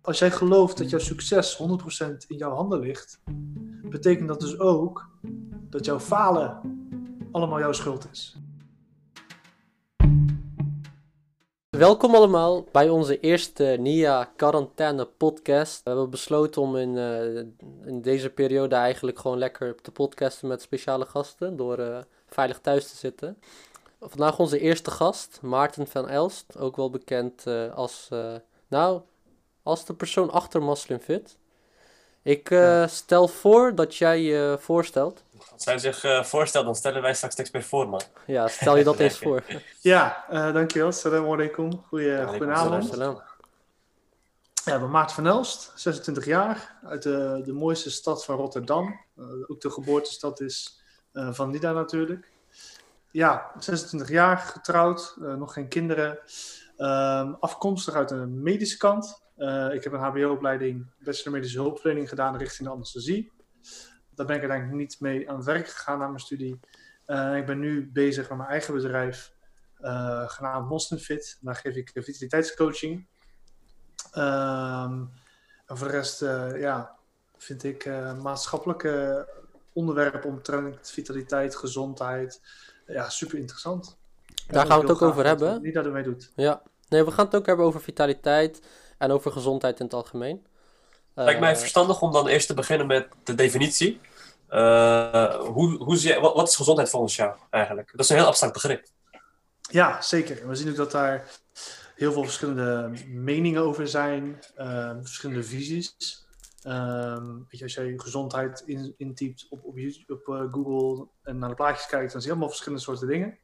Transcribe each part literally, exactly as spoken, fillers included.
als jij gelooft dat jouw succes honderd procent in jouw handen ligt, betekent dat dus ook dat jouw falen allemaal jouw schuld is. Welkom allemaal bij onze eerste N I A quarantaine podcast. We hebben besloten om in, uh, in deze periode eigenlijk gewoon lekker te podcasten met speciale gasten door uh, veilig thuis te zitten. Vandaag onze eerste gast, Maarten van Elst, ook wel bekend uh, als, uh, nou, als de persoon achter Muslimfit. Ik uh, ja. stel voor dat jij je uh, voorstelt. Als hij zich uh, voorstelt, dan stellen wij straks niks meer voor, man. Ja, stel je dat eens voor. Ja, uh, dankjewel. Salam alaikum. Goeie, ja, goedenavond. Salam. Ja, ik ben Maarten van Elst, zesentwintig jaar, uit de, de mooiste stad van Rotterdam. Uh, ook de geboortestad is uh, van Nida natuurlijk. Ja, zesentwintig jaar, getrouwd, uh, nog geen kinderen. Uh, afkomstig uit een medische kant. Uh, ik heb een H B O-opleiding bachelor medische hulpverlening gedaan richting de anesthesie. Daar ben ik uiteindelijk niet mee aan het werk gegaan na mijn studie. Uh, ik ben nu bezig met mijn eigen bedrijf, uh, genaamd Muslimfit. Daar geef ik vitaliteitscoaching. Um, en voor de rest, uh, ja, vind ik uh, maatschappelijke onderwerpen omtrent vitaliteit, gezondheid, ja, super interessant. Daar gaan we het ook over hebben. Wie dat ermee doet. Ja, nee, we gaan het ook hebben over vitaliteit en over gezondheid in het algemeen. Lijkt mij verstandig om dan eerst te beginnen met de definitie. Uh, hoe, hoe zie je, wat, wat is gezondheid volgens jou eigenlijk? Dat is een heel abstract begrip. Ja, zeker. We zien ook dat daar heel veel verschillende meningen over zijn, uh, verschillende visies. Um, weet je, als je gezondheid in, intypt op, op, YouTube, op uh, Google en naar de plaatjes kijkt, dan zie je allemaal verschillende soorten dingen.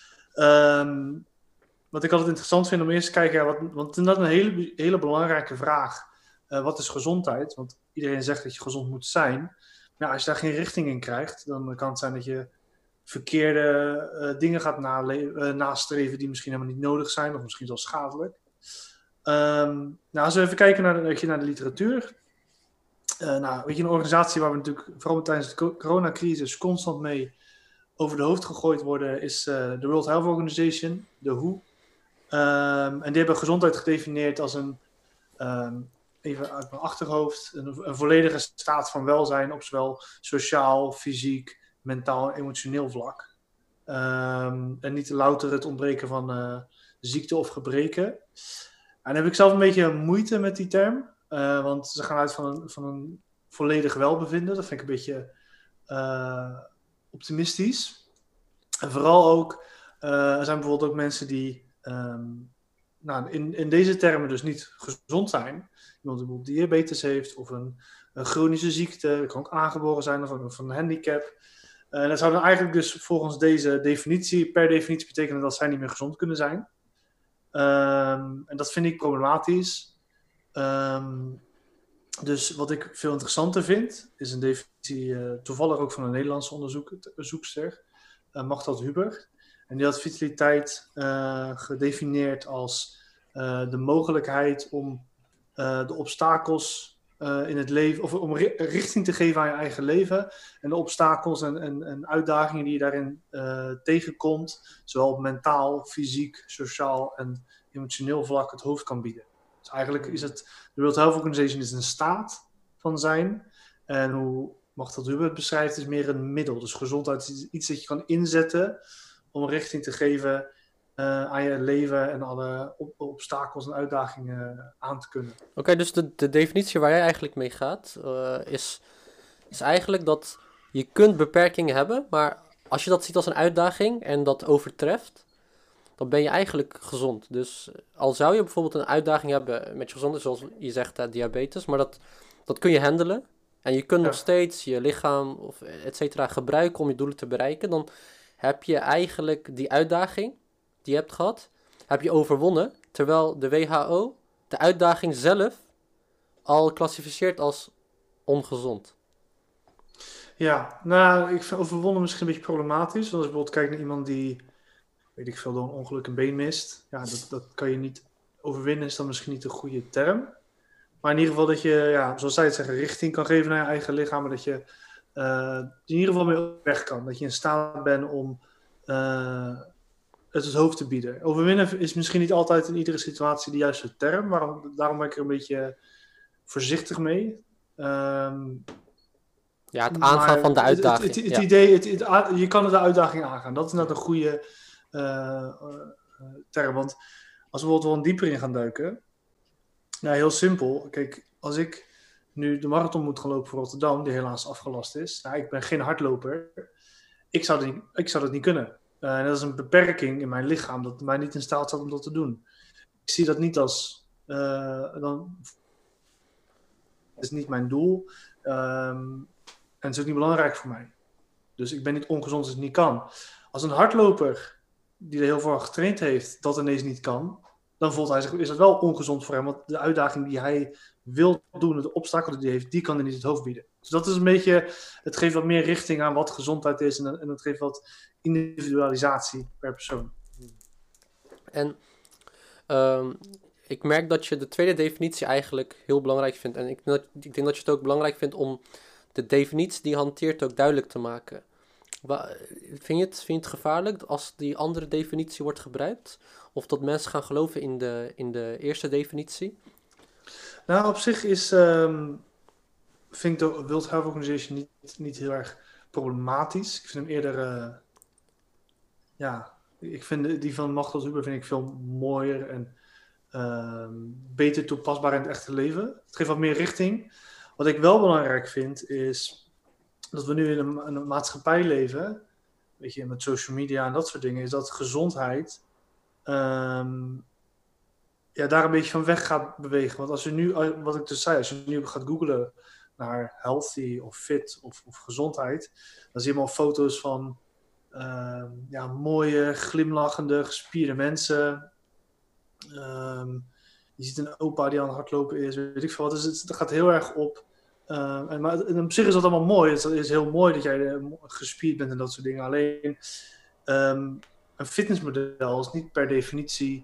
Um, wat ik altijd interessant vind om eerst te kijken, ja, wat, want dat is een hele, hele belangrijke vraag. Uh, wat is gezondheid? Want iedereen zegt dat je gezond moet zijn. Nou, als je daar geen richting in krijgt, dan kan het zijn dat je verkeerde uh, dingen gaat nale- uh, nastreven die misschien helemaal niet nodig zijn, of misschien zelfs schadelijk. Um, nou, als we even kijken naar de, naar de literatuur. Uh, nou, weet je, een organisatie waar we natuurlijk vooral tijdens de coronacrisis constant mee over de hoofd gegooid worden, is uh, de World Health Organization, de W H O. Um, en die hebben gezondheid gedefinieerd als een, um, even uit mijn achterhoofd, een, een volledige staat van welzijn op zowel sociaal, fysiek, mentaal en emotioneel vlak. Um, en niet louter het ontbreken van uh, ziekte of gebreken. En dan heb ik zelf een beetje moeite met die term. Uh, want ze gaan uit van een, van een volledig welbevinden. Dat vind ik een beetje uh, optimistisch. En vooral ook, uh, er zijn bijvoorbeeld ook mensen die um, nou, in, in deze termen dus niet gezond zijn. Iemand die bijvoorbeeld diabetes heeft of een, een chronische ziekte. Dat kan ook aangeboren zijn of een, of een handicap. Uh, dat zou dan eigenlijk dus volgens deze definitie, per definitie betekenen dat zij niet meer gezond kunnen zijn. Um, en dat vind ik problematisch. Um, dus wat ik veel interessanter vind, is een definitie uh, toevallig ook van een Nederlandse onderzoekster, uh, Magdalena Huber. En die had vitaliteit uh, gedefinieerd als uh, de mogelijkheid om uh, de obstakels uh, in het leven, of om ri- richting te geven aan je eigen leven. En de obstakels en, en, en uitdagingen die je daarin uh, tegenkomt, zowel op mentaal, fysiek, sociaal en emotioneel vlak het hoofd kan bieden. Dus eigenlijk is het, de World Health Organization is een staat van zijn. En hoe Magdalena Huber het beschrijft, is meer een middel. Dus gezondheid is iets dat je kan inzetten om een richting te geven uh, aan je leven en alle op- obstakels en uitdagingen aan te kunnen. Oké, okay, dus de, de definitie waar jij eigenlijk mee gaat, uh, is, is eigenlijk dat je kunt beperkingen hebben, maar als je dat ziet als een uitdaging en dat overtreft, dan ben je eigenlijk gezond. Dus al zou je bijvoorbeeld een uitdaging hebben met je gezondheid, zoals je zegt, uh, diabetes, maar dat, dat kun je handelen. En je kunt ja. nog steeds je lichaam, of et cetera, gebruiken om je doelen te bereiken. Dan heb je eigenlijk die uitdaging die je hebt gehad, heb je overwonnen. Terwijl de W H O de uitdaging zelf al klassificeert als ongezond. Ja, nou, ik vind overwonnen misschien een beetje problematisch. Als je bijvoorbeeld kijkt naar iemand die, weet ik veel, door een ongeluk een been mist. Ja, dat, dat kan je niet overwinnen, is dan misschien niet de goede term. Maar in ieder geval dat je, ja, zoals zij het zeggen, richting kan geven naar je eigen lichaam. Maar dat je uh, in ieder geval mee op weg kan. Dat je in staat bent om uh, het het hoofd te bieden. Overwinnen is misschien niet altijd in iedere situatie de juiste term. Maar daarom ben ik er een beetje voorzichtig mee. Ehm, Ja, het aangaan maar van de het- uitdaging. Het, het, het ja. idee, het, het a- je kan de uitdaging aangaan. Dat is nou een goede eh, eh, eh, term. Want als we bijvoorbeeld wel dieper in gaan duiken. Nou, heel simpel. Kijk, als ik nu de marathon moet gaan lopen voor Rotterdam, die helaas afgelast is. Nou, ik ben geen hardloper. Ik zou dat niet, ik zou dat niet kunnen. Eh, en dat is een beperking in mijn lichaam dat mij niet in staat staat om dat te doen. Ik zie dat niet als... eh, dan, het is niet mijn doel. Ehm, en het is ook niet belangrijk voor mij. Dus ik ben niet ongezond als het niet kan. Als een hardloper die er heel veel aan getraind heeft, dat ineens niet kan, dan voelt hij zich, is het wel ongezond voor hem. Want de uitdaging die hij wil doen, de obstakel die hij heeft, die kan hij niet het hoofd bieden. Dus dat is een beetje, het geeft wat meer richting aan wat gezondheid is. En, en het geeft wat individualisatie per persoon. En ehm, ik merk dat je de tweede definitie eigenlijk heel belangrijk vindt. En ik, denk dat- ik denk dat je het ook belangrijk vindt om de definitie die je hanteert ook duidelijk te maken. Wa- vind je het, vind je het gevaarlijk als die andere definitie wordt gebruikt? Of dat mensen gaan geloven in de, in de eerste definitie? Nou, op zich is, ehm, vind ik de World Health Organization niet, niet heel erg problematisch. Ik vind hem eerder, eh, ja, ik vind de- die van Machteld Huber vind ik veel mooier en ehm, beter toepasbaar in het echte leven. Het geeft wat meer richting. Wat ik wel belangrijk vind is dat we nu in een, in een maatschappij leven, weet je, met social media en dat soort dingen, is dat gezondheid ehm, ja, daar een beetje van weg gaat bewegen. Want als je nu, wat ik dus zei, als je nu gaat googlen naar healthy of fit of, of gezondheid, dan zie je allemaal foto's van ehm, ja, mooie, glimlachende, gespierde mensen. Ehm, je ziet een opa die aan het hardlopen is, weet ik veel wat. Dus het, het gaat heel erg op. Uh, en, maar en op zich is dat allemaal mooi. Het is heel mooi dat jij uh, gespierd bent en dat soort dingen. Alleen um, een fitnessmodel is niet per definitie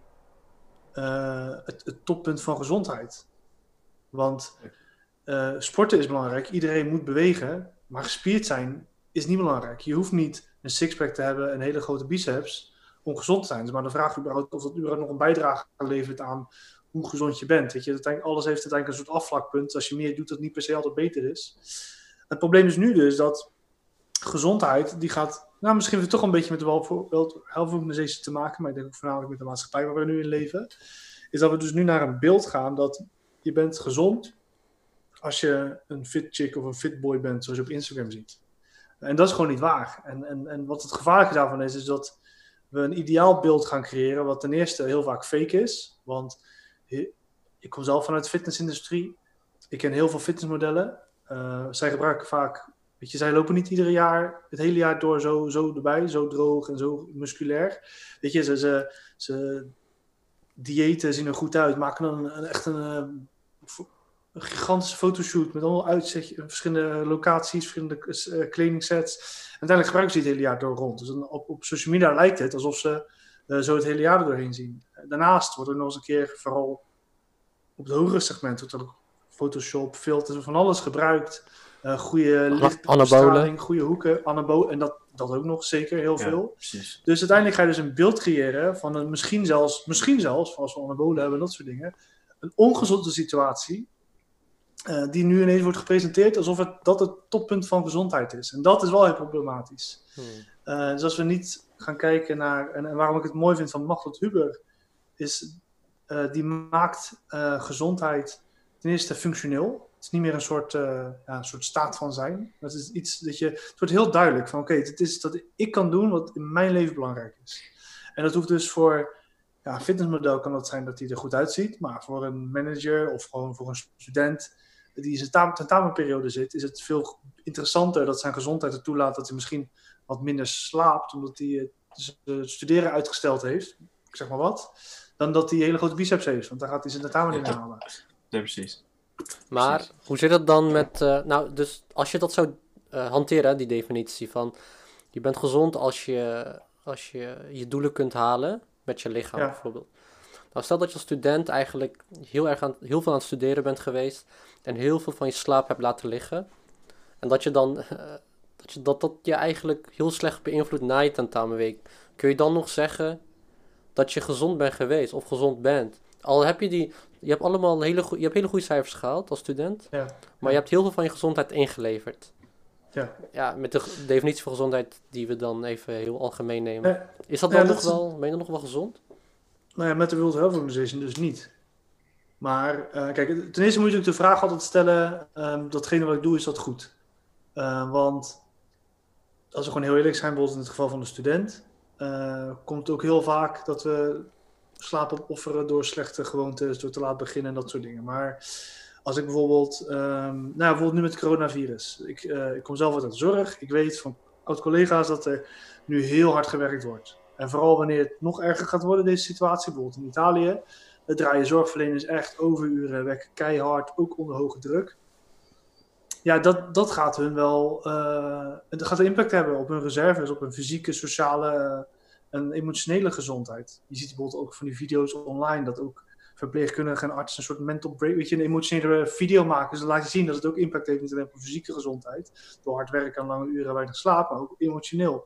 uh, het, het toppunt van gezondheid. Want uh, sporten is belangrijk. Iedereen moet bewegen. Maar gespierd zijn is niet belangrijk. Je hoeft niet een sixpack te hebben en hele grote biceps om gezond te zijn. Dus maar de vraag überhaupt of dat überhaupt nog een bijdrage levert aan hoe gezond je bent. Weet je, uiteindelijk, alles heeft uiteindelijk een soort afvlakpunt. Als je meer doet, dat niet per se altijd beter is. Het probleem is nu dus dat gezondheid, die gaat, nou misschien heeft het toch een beetje met de World Health Organization te maken, maar ik denk ook voornamelijk met de maatschappij waar we nu in leven, is dat we dus nu naar een beeld gaan dat je bent gezond als je een fit chick of een fit boy bent, zoals je op Instagram ziet. En dat is gewoon niet waar. En, en, en wat het gevaarlijke daarvan is, is dat we een ideaal beeld gaan creëren, wat ten eerste heel vaak fake is. Want ik kom zelf vanuit de fitnessindustrie. Ik ken heel veel fitnessmodellen. Uh, zij gebruiken vaak, weet je, zij lopen niet ieder jaar, het hele jaar door zo, zo erbij, zo droog en zo musculair. Weet je, ze, ze, ze diëten zien er goed uit, maken dan een, een, echt een, een, een gigantische fotoshoot met allemaal uitzicht, verschillende locaties, verschillende uh, kledingsets. Uiteindelijk gebruiken ze het hele jaar door rond. Dus dan op, op social media lijkt het alsof ze uh, zo het hele jaar er doorheen zien. Daarnaast wordt er nog eens een keer, vooral op het hogere segment, wordt er ook Photoshop, filters, van alles gebruikt. Uh, goede lichtbestraling, goede hoeken, anabolen. En dat, dat ook nog zeker heel veel. Ja, precies. Dus uiteindelijk ga je dus een beeld creëren van een misschien zelfs, misschien zelfs, als we anabolen hebben en dat soort dingen, een ongezonde situatie. Uh, die nu ineens wordt gepresenteerd alsof het, dat het toppunt van gezondheid is. En dat is wel heel problematisch. Hmm. Uh, dus als we niet gaan kijken naar, en, en waarom ik het mooi vind van Machteld Huber, is uh, die maakt uh, gezondheid ten eerste functioneel. Het is niet meer een soort, uh, ja, een soort staat van zijn. Het is iets dat je, het wordt heel duidelijk van oké, okay, het is dat ik kan doen wat in mijn leven belangrijk is. En dat hoeft dus voor ja, een fitnessmodel kan dat zijn dat hij er goed uitziet, maar voor een manager of gewoon voor een student die in zijn tentamenperiode zit, is het veel interessanter dat zijn gezondheid ertoe laat dat hij misschien wat minder slaapt, omdat hij het studeren uitgesteld heeft, ik zeg maar wat, dan dat hij hele grote biceps heeft, want daar gaat hij zijn tentamen in halen. Ja, precies. Maar precies. Hoe zit het dan met, uh, nou, dus als je dat zou uh, hanteren, die definitie van, je bent gezond als je, als je je doelen kunt halen met je lichaam, ja. Bijvoorbeeld. Nou, stel dat je als student eigenlijk heel, erg aan, heel veel aan het studeren bent geweest en heel veel van je slaap hebt laten liggen. En dat je dan, uh, dat, je, dat dat je eigenlijk heel slecht beïnvloedt na je tentamenweek. Kun je dan nog zeggen dat je gezond bent geweest of gezond bent al heb je die... Je hebt allemaal een hele, goe- je hebt hele goede cijfers gehaald als student. Ja. Maar je hebt heel veel van je gezondheid ingeleverd. Ja. Ja, met de g- definitie van gezondheid die we dan even heel algemeen nemen. Eh, Is dat ja, dan dat nog is- wel... Ben je dan nog wel gezond? Nou ja, met de World Health Organization dus niet. Maar eh, kijk, ten eerste moet je natuurlijk de vraag altijd stellen, ehm, datgene wat ik doe, is dat goed? Eh, want als we gewoon heel eerlijk zijn, bijvoorbeeld in het geval van de student, eh, komt het ook heel vaak dat we slaap opofferen door slechte gewoontes, door te laat beginnen en dat soort dingen. Maar als ik bijvoorbeeld, ehm, nou ja, bijvoorbeeld nu met het coronavirus. Ik, eh, ik kom zelf uit de zorg. Ik weet van oud-collega's dat er nu heel hard gewerkt wordt. En vooral wanneer het nog erger gaat worden, deze situatie, bijvoorbeeld in Italië. Er draaien zorgverleners echt overuren, werken keihard, ook onder hoge druk. Ja, dat, dat gaat hun wel, uh, het gaat impact hebben op hun reserves, op hun fysieke, sociale uh, en emotionele gezondheid. Je ziet bijvoorbeeld ook van die video's online, dat ook verpleegkundigen en artsen een soort mental break, weet je, een emotionele video maken. Dus dan laat je zien dat het ook impact heeft niet alleen op hun fysieke gezondheid, door hard werken en lange uren weinig slaap, maar ook emotioneel.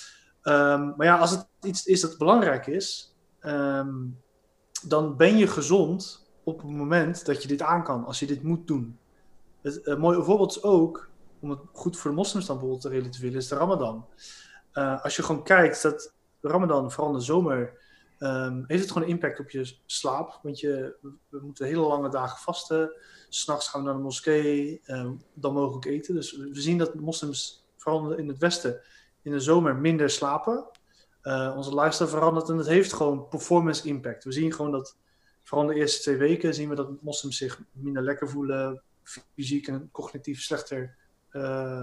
Um, maar ja, als het iets is dat belangrijk is, um, dan ben je gezond op het moment dat je dit aan kan, als je dit moet doen. Het uh, mooie voorbeeld is ook, om het goed voor de moslims dan bijvoorbeeld te relativeren, is de Ramadan. Uh, als je gewoon kijkt dat de Ramadan, vooral in de zomer, um, heeft het gewoon een impact op je slaap. Want je, we moeten hele lange dagen vasten. 's Nachts gaan we naar de moskee, um, dan mogen we ook eten. Dus we zien dat moslims, vooral in het westen, in de zomer minder slapen. Uh, onze lifestyle verandert en het heeft gewoon performance impact. We zien gewoon dat, vooral in de eerste twee weken, zien we dat moslims zich minder lekker voelen, fysiek en cognitief slechter, uh,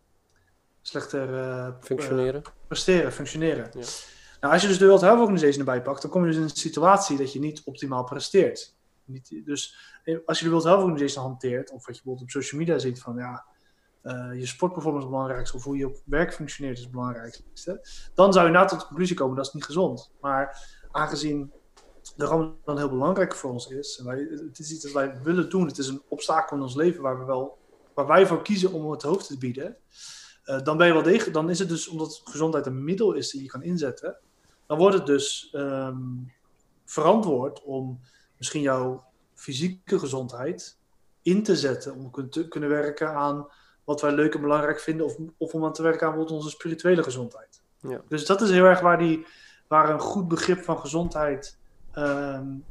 slechter uh, functioneren. Uh, presteren, functioneren. Ja. Nou, als je dus de World Health Organization erbij pakt, dan kom je dus in een situatie dat je niet optimaal presteert. Niet, dus als je de World Health Organization hanteert, of wat je bijvoorbeeld op social media ziet van ja, uh, je sportperformance is het belangrijkste, of hoe je op werk functioneert is het belangrijkste, dan zou je na tot de conclusie komen dat is niet gezond. Maar aangezien de Ramadan heel belangrijk voor ons is, en wij, het is iets dat wij willen doen, het is een obstakel in ons leven waar, we wel, waar wij voor kiezen om het hoofd te bieden, uh, dan ben je wel degelijk, dan is het dus, omdat gezondheid een middel is die je kan inzetten, dan wordt het dus um, verantwoord om misschien jouw fysieke gezondheid in te zetten, om te kunnen werken aan wat wij leuk en belangrijk vinden, of, of om aan te werken aan bijvoorbeeld onze spirituele gezondheid. Ja. Dus dat is heel erg waar, die, waar een goed begrip van gezondheid Um,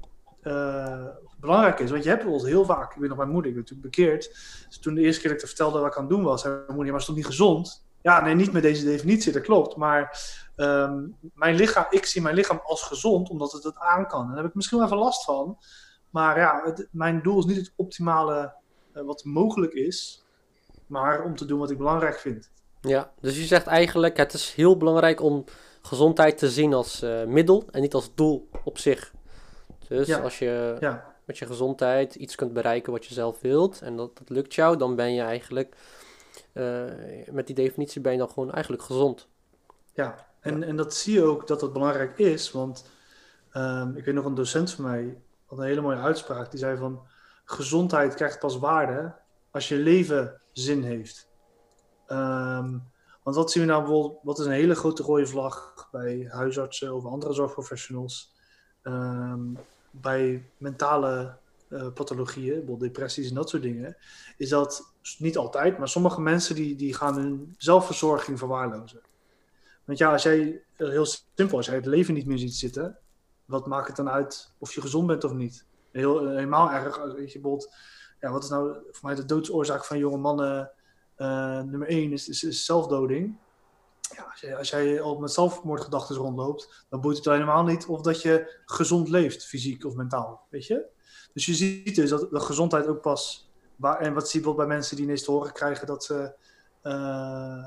uh, belangrijk is. Want je hebt bijvoorbeeld heel vaak, ik weet nog mijn moeder, ik ben natuurlijk bekeerd, dus toen de eerste keer dat ik te vertelde wat ik aan het doen was, zei mijn moeder, maar is toch niet gezond? Ja, nee, niet met deze definitie, dat klopt, maar um, mijn lichaam, ik zie mijn lichaam als gezond, omdat het het aan kan. En daar heb ik misschien wel even last van, maar ja, het, mijn doel is niet het optimale uh, wat mogelijk is, maar om te doen wat ik belangrijk vind. Ja, dus je zegt eigenlijk, het is heel belangrijk om gezondheid te zien als uh, middel en niet als doel op zich. Dus ja. als je ja. met je gezondheid iets kunt bereiken wat je zelf wilt en dat, dat lukt jou, dan ben je eigenlijk, uh, met die definitie ben je dan gewoon eigenlijk gezond. Ja, en, ja. en dat zie je ook dat dat belangrijk is, want um, ik weet nog een docent van mij had een hele mooie uitspraak, die zei van, gezondheid krijgt pas waarde als je leven zin heeft. Um, Want wat zien we nou bijvoorbeeld, wat is een hele grote rode vlag bij huisartsen of andere zorgprofessionals, um, bij mentale uh, pathologieën, bijvoorbeeld depressies en dat soort dingen, is dat niet altijd, maar sommige mensen die, die gaan hun zelfverzorging verwaarlozen. Want ja, als jij, heel simpel, als jij het leven niet meer ziet zitten, wat maakt het dan uit of je gezond bent of niet? Heel, helemaal erg, weet je, bijvoorbeeld, ja, wat is nou voor mij de doodsoorzaak van jonge mannen? Uh, nummer één is, is, is zelfdoding. Ja, als, jij, als jij al met zelfmoordgedachten rondloopt, dan boeit het helemaal niet of dat je gezond leeft, fysiek of mentaal, weet je? Dus je ziet dus dat de gezondheid ook pas, waar, en wat zie je bijvoorbeeld bij mensen die ineens te horen krijgen dat ze uh,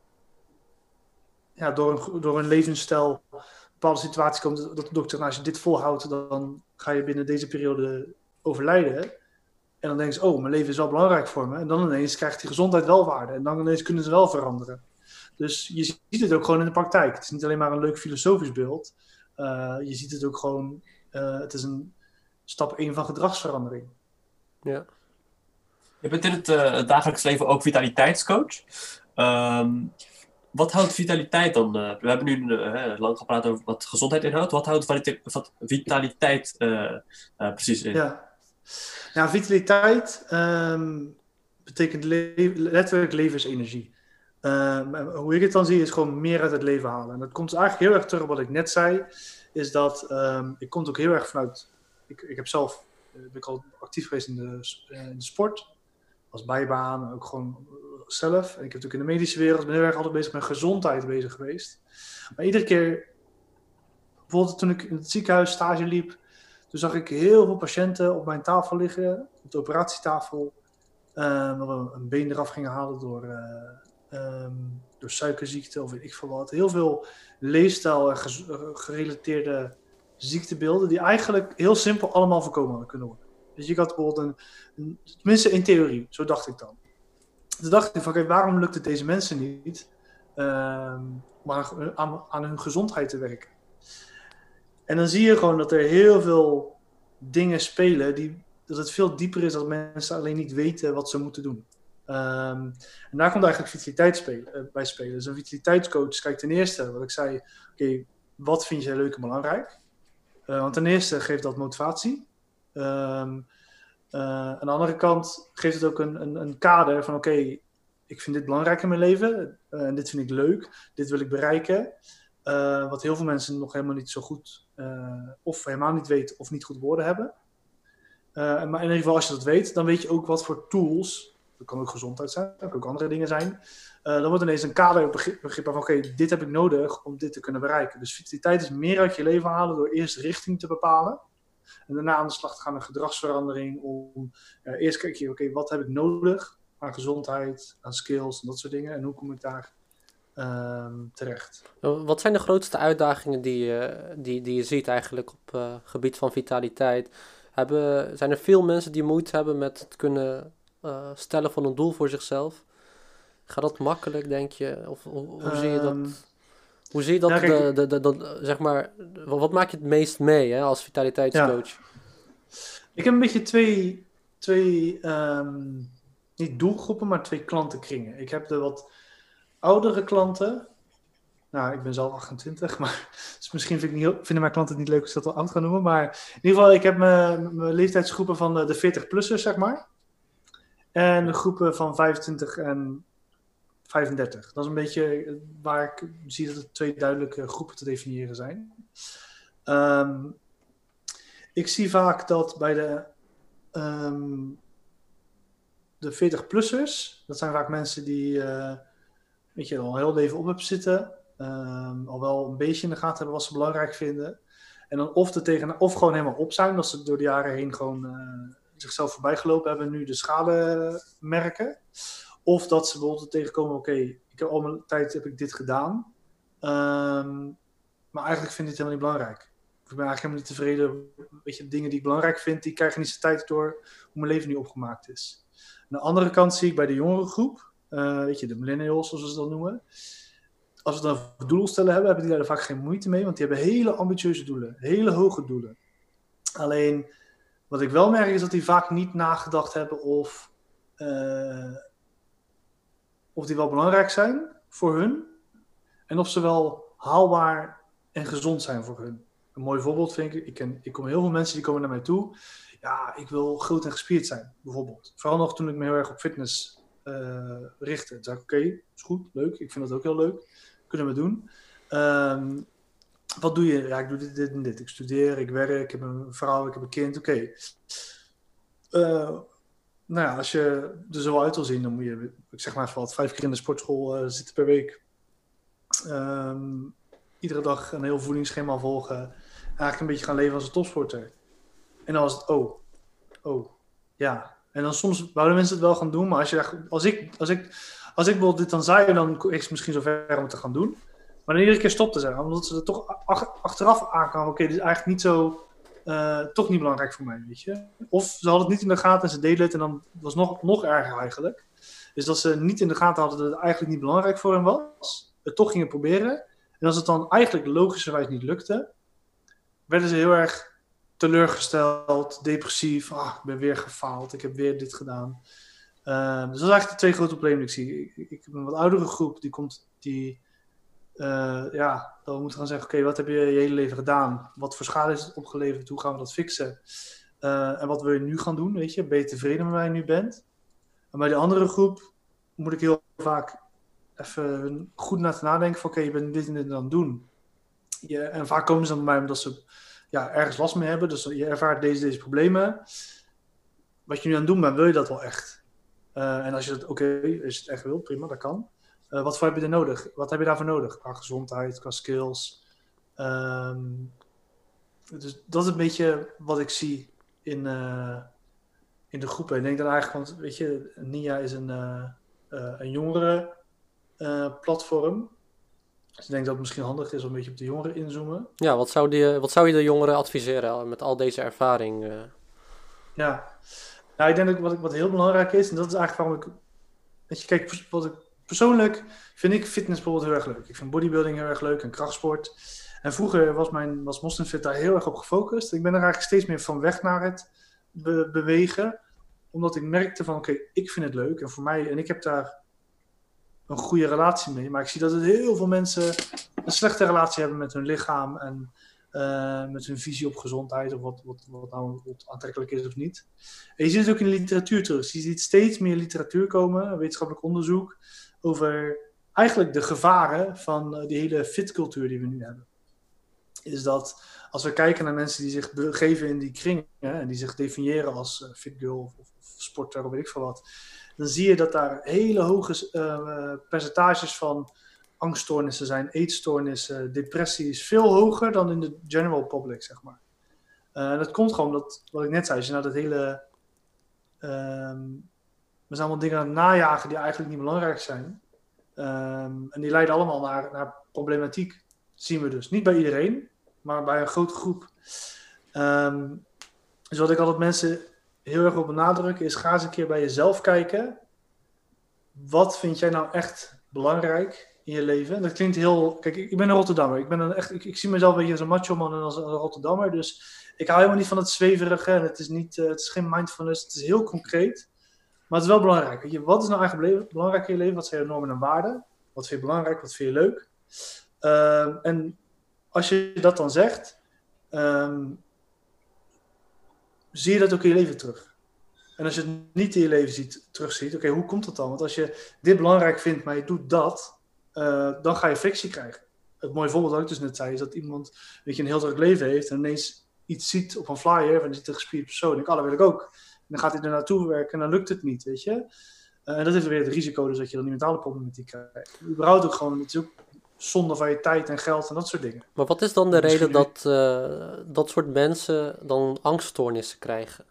ja, door, een, door een levensstijl een bepaalde situatie komt, dat de dokter, nou, als je dit volhoudt, dan ga je binnen deze periode overlijden. En dan denken ze, oh, mijn leven is wel belangrijk voor me. En dan ineens krijgt die gezondheid wel waarde. En dan ineens kunnen ze wel veranderen. Dus je ziet het ook gewoon in de praktijk. Het is niet alleen maar een leuk filosofisch beeld. Uh, je ziet het ook gewoon, uh, het is een stap één van gedragsverandering. Ja. Je bent in het, uh, het dagelijks leven ook vitaliteitscoach. Um, wat houdt vitaliteit dan? Uh, we hebben nu uh, lang gepraat over wat gezondheid inhoudt. Wat houdt vitaliteit, wat vitaliteit uh, uh, precies in? Ja, ja vitaliteit um, betekent le- letterlijk levensenergie. Um, hoe ik het dan zie is gewoon meer uit het leven halen. En dat komt eigenlijk heel erg terug op wat ik net zei. Is dat, um, ik kom ook heel erg vanuit... Ik, ik heb zelf, uh, ben ik al actief geweest in de, uh, in de sport. Als bijbaan, ook gewoon zelf. En ik heb natuurlijk in de medische wereld, ben heel erg altijd bezig met gezondheid bezig geweest. Maar iedere keer, bijvoorbeeld toen ik in het ziekenhuis stage liep, toen zag ik heel veel patiënten op mijn tafel liggen, op de operatietafel, um, dat we een been eraf gingen halen door, uh, um, door suikerziekte of weet ik veel wat. Heel veel leefstijl en ge- gerelateerde ziektebeelden die eigenlijk heel simpel allemaal voorkomen hadden kunnen worden. Dus je had bijvoorbeeld een, een, tenminste in theorie, zo dacht ik dan. Toen dacht ik van, oké, waarom lukt het deze mensen niet um, om aan, aan, aan hun gezondheid te werken? En dan zie je gewoon dat er heel veel dingen spelen, die, dat het veel dieper is dat mensen alleen niet weten wat ze moeten doen. Um, en daar komt eigenlijk vitaliteit spelen, uh, bij spelen. Dus een vitaliteitscoach kijkt ten eerste, wat ik zei, oké, okay, wat vind jij leuk en belangrijk? Uh, want ten eerste geeft dat motivatie. Um, uh, aan de andere kant geeft het ook een, een, een kader van oké, okay, ik vind dit belangrijk in mijn leven uh, en dit vind ik leuk, dit wil ik bereiken. Uh, wat heel veel mensen nog helemaal niet zo goed uh, of helemaal niet weten of niet goed woorden hebben. Uh, maar in ieder geval als je dat weet, dan weet je ook wat voor tools, dat kan ook gezondheid zijn, dat kan ook andere dingen zijn. Uh, dan wordt ineens een kader begrip, begrip van oké, okay, dit heb ik nodig om dit te kunnen bereiken. Dus vitaliteit is meer uit je leven halen door eerst richting te bepalen. En daarna aan de slag te gaan met gedragsverandering. Om uh, eerst kijk je, oké, okay, wat heb ik nodig aan gezondheid, aan skills en dat soort dingen. En hoe kom ik daar uh, terecht? Wat zijn de grootste uitdagingen die je, die, die je ziet eigenlijk op uh, gebied van vitaliteit? Hebben, zijn er veel mensen die moeite hebben met het kunnen uh, stellen van een doel voor zichzelf? Gaat dat makkelijk, denk je? Of hoe, hoe um, zie je dat? Hoe zie je dat, ja, de, de, de, de, zeg maar, wat maak je het meest mee hè, als vitaliteitscoach? Ja. Ik heb een beetje twee, twee um, niet doelgroepen, maar twee klantenkringen. Ik heb de wat oudere klanten. Nou, ik ben zelf achtentwintig, maar dus misschien vind ik niet, vinden mijn klanten het niet leuk als ik dat al oud ga noemen. Maar in ieder geval, ik heb mijn, mijn leeftijdsgroepen van de, de veertig-plussers, zeg maar. En de groepen van vijfentwintig en vijfendertig. Dat is een beetje waar ik zie dat er twee duidelijke groepen te definiëren zijn. Um, ik zie vaak dat bij de, um, de veertig-plussers, dat zijn vaak mensen die uh, weet je, al heel leven op hebben zitten, um, al wel een beetje in de gaten hebben wat ze belangrijk vinden. En dan of, er tegen, of gewoon helemaal op zijn, dat ze door de jaren heen gewoon uh, zichzelf voorbij gelopen hebben en nu de schade merken. Of dat ze bijvoorbeeld tegenkomen, oké, okay, ik heb al mijn tijd heb ik dit gedaan. Um, maar eigenlijk vind ik het helemaal niet belangrijk. Ik ben eigenlijk helemaal niet tevreden. Weet je, dingen die ik belangrijk vind, die krijgen niet z'n tijd door hoe mijn leven nu opgemaakt is. Aan de andere kant zie ik bij de jongere groep, uh, weet je, de millennials zoals we ze dat noemen. Als we dan over doelstellen hebben, hebben die daar vaak geen moeite mee. Want die hebben hele ambitieuze doelen. Hele hoge doelen. Alleen, wat ik wel merk is dat die vaak niet nagedacht hebben of... Uh, of die wel belangrijk zijn voor hun. En of ze wel haalbaar en gezond zijn voor hun. Een mooi voorbeeld vind ik, ik, ken, ik kom heel veel mensen die komen naar mij toe. Ja, ik wil groot en gespierd zijn, bijvoorbeeld. Vooral nog toen ik me heel erg op fitness uh, richtte. Toen zei ik, oké, okay, is goed, leuk. Ik vind dat ook heel leuk. Kunnen we doen. Um, wat doe je? Ja, ik doe dit, dit en dit. Ik studeer, ik werk, ik heb een vrouw, ik heb een kind. Oké. Okay. Uh, Nou ja, als je er zo uit wil zien, dan moet je, ik zeg maar eens wat, vijf keer in de sportschool uh, zitten per week. Um, iedere dag een heel voedingsschema volgen. Eigenlijk een beetje gaan leven als een topsporter. En dan was het, oh, oh, ja. En dan soms wouden mensen het wel gaan doen, maar als, je, als, ik, als, ik, als ik bijvoorbeeld dit dan zei, dan is het misschien zover om het te gaan doen. Maar dan iedere keer stopte ze, omdat ze er toch achteraf aankwamen, oké, okay, dit is eigenlijk niet zo... Uh, toch niet belangrijk voor mij, weet je. Of ze hadden het niet in de gaten en ze deden het en dan was het nog, nog erger eigenlijk. Dus dat ze niet in de gaten hadden dat het eigenlijk niet belangrijk voor hen was. Het toch gingen proberen. En als het dan eigenlijk logischerwijs niet lukte, werden ze heel erg teleurgesteld, depressief. Ah, ik ben weer gefaald, ik heb weer dit gedaan. Uh, dus dat zijn eigenlijk de twee grote problemen die ik zie. Ik, ik heb een wat oudere groep, die, komt, die uh, ja, dan moeten we gaan zeggen, oké, okay, wat heb je je hele leven gedaan? Wat voor schade is het opgeleverd? Hoe gaan we dat fixen? Uh, en wat wil je nu gaan doen, weet je? Ben je tevreden met waar je nu bent? En bij de andere groep moet ik heel vaak even goed na te nadenken van, oké, okay, je bent dit en dit aan het doen. Je, en vaak komen ze dan bij mij omdat ze ja, ergens last mee hebben. Dus je ervaart deze, deze problemen. Wat je nu aan het doen bent, wil je dat wel echt? Uh, en als je dat, oké, okay, als je het echt wil, prima, dat kan. Uh, wat voor heb je er nodig? Wat heb je daarvoor nodig? Qua gezondheid, qua skills. Um, dus dat is een beetje wat ik zie in, uh, in de groepen. Ik denk dan eigenlijk, want weet je, Nia is een, uh, uh, een jongere uh, platform. Dus ik denk dat het misschien handig is om een beetje op de jongeren inzoomen. Ja, wat zou, die, wat zou je de jongeren adviseren met al deze ervaring? Uh... Ja, nou, ik denk dat wat, wat heel belangrijk is, en dat is eigenlijk waarom ik... Weet je, kijk, wat ik, persoonlijk vind ik fitness bijvoorbeeld heel erg leuk. Ik vind bodybuilding heel erg leuk en krachtsport. En vroeger was mijn was Moslimfit daar heel erg op gefocust. Ik ben er eigenlijk steeds meer van weg naar het be- bewegen. Omdat ik merkte van, oké, okay, ik vind het leuk. En voor mij, en ik heb daar een goede relatie mee. Maar ik zie dat het heel veel mensen een slechte relatie hebben met hun lichaam. En uh, met hun visie op gezondheid. Of wat, wat, wat nou wat aantrekkelijk is of niet. En je ziet het ook in de literatuur terug. Je ziet steeds meer literatuur komen. Wetenschappelijk onderzoek. Over eigenlijk de gevaren van uh, die hele fitcultuur die we nu hebben. Is dat als we kijken naar mensen die zich begeven in die kringen. Hè, en die zich definiëren als uh, fitgirl of, of sporter of weet ik veel wat. Dan zie je dat daar hele hoge uh, percentages van angststoornissen zijn, eetstoornissen, depressies, veel hoger dan in de general public, zeg maar. Uh, dat komt gewoon omdat, wat ik net zei, als je nou dat hele... Um, we zijn allemaal dingen aan het najagen die eigenlijk niet belangrijk zijn. Um, en die leiden allemaal naar, naar problematiek. Dat zien we dus. Niet bij iedereen, maar bij een grote groep. Um, dus wat ik altijd mensen heel erg op benadrukken is, ga eens een keer bij jezelf kijken. Wat vind jij nou echt belangrijk in je leven? Dat klinkt heel... Kijk, ik ben een Rotterdammer. Ik, ben een echt, ik, ik zie mezelf een beetje als een macho man en als een Rotterdammer. Dus ik hou helemaal niet van het zweverige. En het is, niet, uh, het is geen mindfulness. Het is heel concreet. Maar het is wel belangrijk. Weet je, wat is nou eigenlijk belangrijk in je leven? Wat zijn je normen en waarden? Wat vind je belangrijk? Wat vind je leuk? Uh, en als je dat dan zegt... Um, zie je dat ook in je leven terug. En als je het niet in je leven ziet, terugziet, oké, okay, hoe komt dat dan? Want als je dit belangrijk vindt, maar je doet dat, uh, dan ga je frictie krijgen. Het mooie voorbeeld dat ik dus net zei, is dat iemand weet je, een heel druk leven heeft en ineens iets ziet op een flyer van een gespierde persoon. En ik, ah, dat wil ik ook. En dan gaat hij er naartoe werken en dan lukt het niet, weet je. Uh, en dat heeft weer het risico dus dat je dan die mentale problematiek krijgt. Überhaupt ook gewoon, het is ook zonde van je tijd en geld en dat soort dingen. Maar wat is dan de Misschien reden dat uh, dat soort mensen dan angststoornissen krijgen?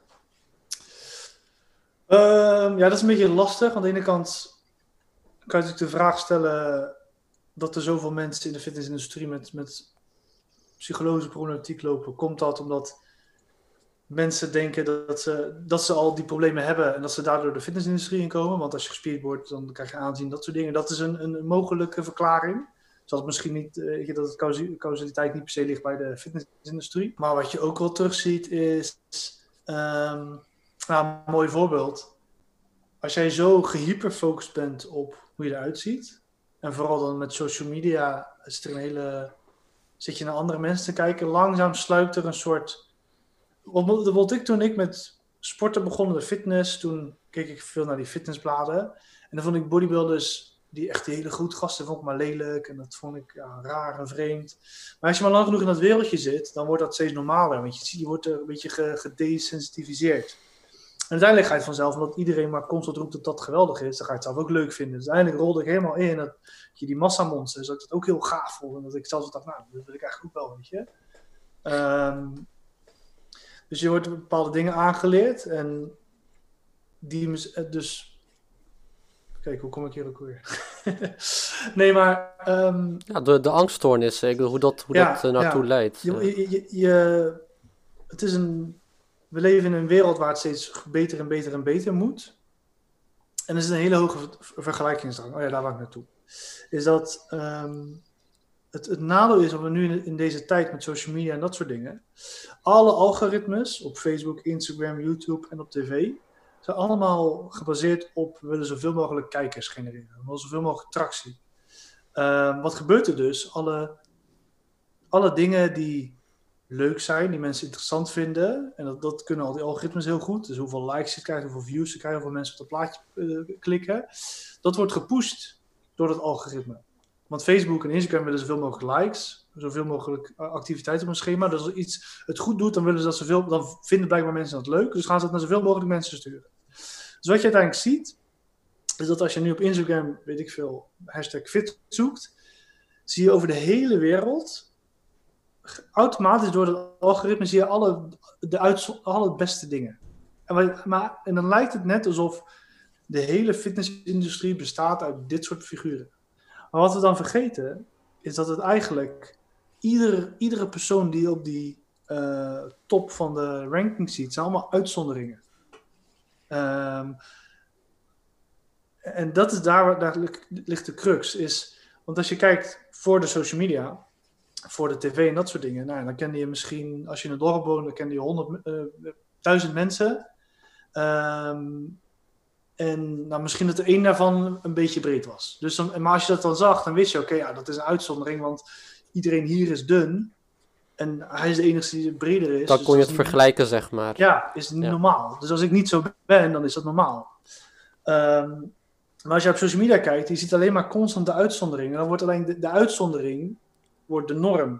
Uh, ja, dat is een beetje lastig. Aan de ene kant kan je natuurlijk de vraag stellen dat er zoveel mensen in de fitnessindustrie met, met psychologische problematiek lopen. Komt dat omdat mensen denken dat ze, dat ze al die problemen hebben en dat ze daardoor de fitnessindustrie in komen? Want als je gespierd wordt, dan krijg je aanzien, dat soort dingen. Dat is een, een mogelijke verklaring. Zoals misschien niet, uh, dat het causaliteit niet per se ligt bij de fitnessindustrie. Maar wat je ook wel terugziet is... Um, Nou, een mooi voorbeeld. Als jij zo gehyperfocust bent op hoe je eruit ziet, en vooral dan met social media, is er een hele, zit je naar andere mensen te kijken, langzaam sluipt er een soort... Wat ik toen ik met sporten begon, de fitness, toen keek ik veel naar die fitnessbladen. En dan vond ik bodybuilders, die echt die hele goed gasten, vond ik maar lelijk. En dat vond ik ja, raar en vreemd. Maar als je maar lang genoeg in dat wereldje zit, dan wordt dat steeds normaler. Want je ziet, je wordt er een beetje gedesensitiviseerd. En uiteindelijk ga je het vanzelf, omdat iedereen maar constant roept dat dat geweldig is, dan ga je het zelf ook leuk vinden. Dus uiteindelijk rolde ik helemaal in dat je die massamonsters, dat ik dat ook heel gaaf vond. En dat ik zelfs dacht, nou, dat wil ik eigenlijk ook wel, weet je. Um, dus je wordt bepaalde dingen aangeleerd en die, dus... Kijk, hoe kom ik hier ook weer? nee, maar... Um, ja, de, de angststoornissen, ik bedoel, hoe dat, hoe ja, dat uh, naartoe ja. leidt. Je, je, je, je, het is een... We leven in een wereld waar het steeds beter en beter en beter moet. En er is een hele hoge vergelijkingsdrang. Oh ja, daar wou ik naartoe. Is dat um, het, het nadeel is dat we nu in, in deze tijd met social media en dat soort dingen. Alle algoritmes op Facebook, Instagram, YouTube en op tv zijn allemaal gebaseerd op we willen zoveel mogelijk kijkers genereren. We willen zoveel mogelijk tractie. Uh, wat gebeurt er dus? Alle, alle dingen die leuk zijn, die mensen interessant vinden, en dat, dat kunnen al die algoritmes heel goed, dus hoeveel likes je krijgt, hoeveel views je krijgt, hoeveel mensen op dat plaatje uh, klikken, dat wordt gepusht door dat algoritme. Want Facebook en Instagram willen zoveel mogelijk likes, zoveel mogelijk activiteit op een schema. Dus als iets het goed doet, dan willen ze dat zoveel, dan vinden blijkbaar mensen dat leuk, dus gaan ze dat naar zoveel mogelijk mensen sturen. Dus wat je uiteindelijk ziet, is dat als je nu op Instagram, weet ik veel, hashtag fit zoekt, zie je over de hele wereld, automatisch door het algoritme, zie je alle, de uitzo- alle beste dingen. En, maar, en dan lijkt het net alsof de hele fitnessindustrie bestaat uit dit soort figuren. Maar wat we dan vergeten, is dat het eigenlijk iedere, iedere persoon die op die uh, top van de ranking ziet, zijn allemaal uitzonderingen. Um, en dat is daar, daar ligt de crux. Is, want als je kijkt voor de social media, voor de tv en dat soort dingen, nou, dan kende je misschien, als je in een dorp woont, dan kende je honderdduizend uh, mensen. Um, en nou, misschien dat er één daarvan een beetje breed was. Dus dan, maar als je dat dan zag, dan wist je, oké, okay, ja, dat is een uitzondering, want iedereen hier is dun. En hij is de enige die breder is. Dan dus kon je het niet, vergelijken, zeg maar. Ja, is niet ja. normaal. Dus als ik niet zo ben, dan is dat normaal. Um, maar als je op social media kijkt, je ziet alleen maar constant de uitzonderingen. Dan wordt alleen de, de uitzondering wordt de norm.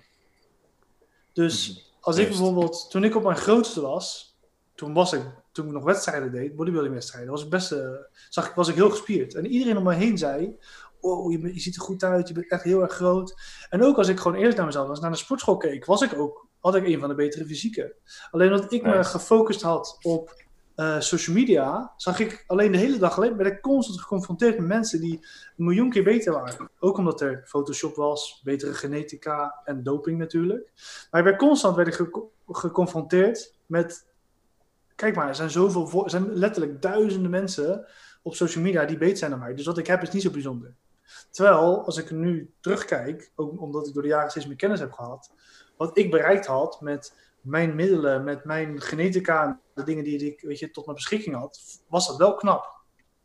Dus mm-hmm. als ik bijvoorbeeld, toen ik op mijn grootste was, toen was ik, toen ik nog wedstrijden deed, bodybuildingwedstrijden, was ik best, uh, zag ik, was ik heel gespierd. En iedereen om me heen zei, oh, je, je ziet er goed uit, je bent echt heel erg groot. En ook als ik gewoon eerlijk naar mezelf was, naar de sportschool keek, was ik ook, had ik een van de betere fysieken. Alleen omdat ik nice. me gefocust had op uh, social media, zag ik alleen de hele dag, alleen werd ik constant geconfronteerd met mensen die een miljoen keer beter waren. Ook omdat er Photoshop was, betere genetica en doping natuurlijk. Maar ik werd constant werd ik ge- geconfronteerd met, kijk maar, er zijn zoveel, vo- er zijn letterlijk duizenden mensen op social media die beter zijn dan mij. Dus wat ik heb is niet zo bijzonder. Terwijl, als ik er nu terugkijk, ook omdat ik door de jaren steeds meer kennis heb gehad, wat ik bereikt had met mijn middelen, met mijn genetica, de dingen die ik, weet je, tot mijn beschikking had, was dat wel knap.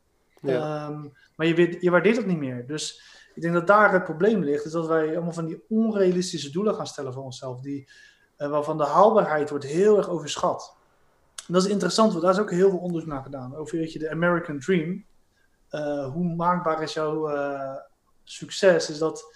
Ja. Um, maar je, je waardeert dat niet meer. Dus ik denk dat daar het probleem ligt, is dat wij allemaal van die onrealistische doelen gaan stellen voor onszelf, die, uh, waarvan de haalbaarheid wordt heel erg overschat. En dat is interessant, want daar is ook heel veel onderzoek naar gedaan, over weet je, de American Dream. Uh, hoe maakbaar is jouw uh, succes? Is dat,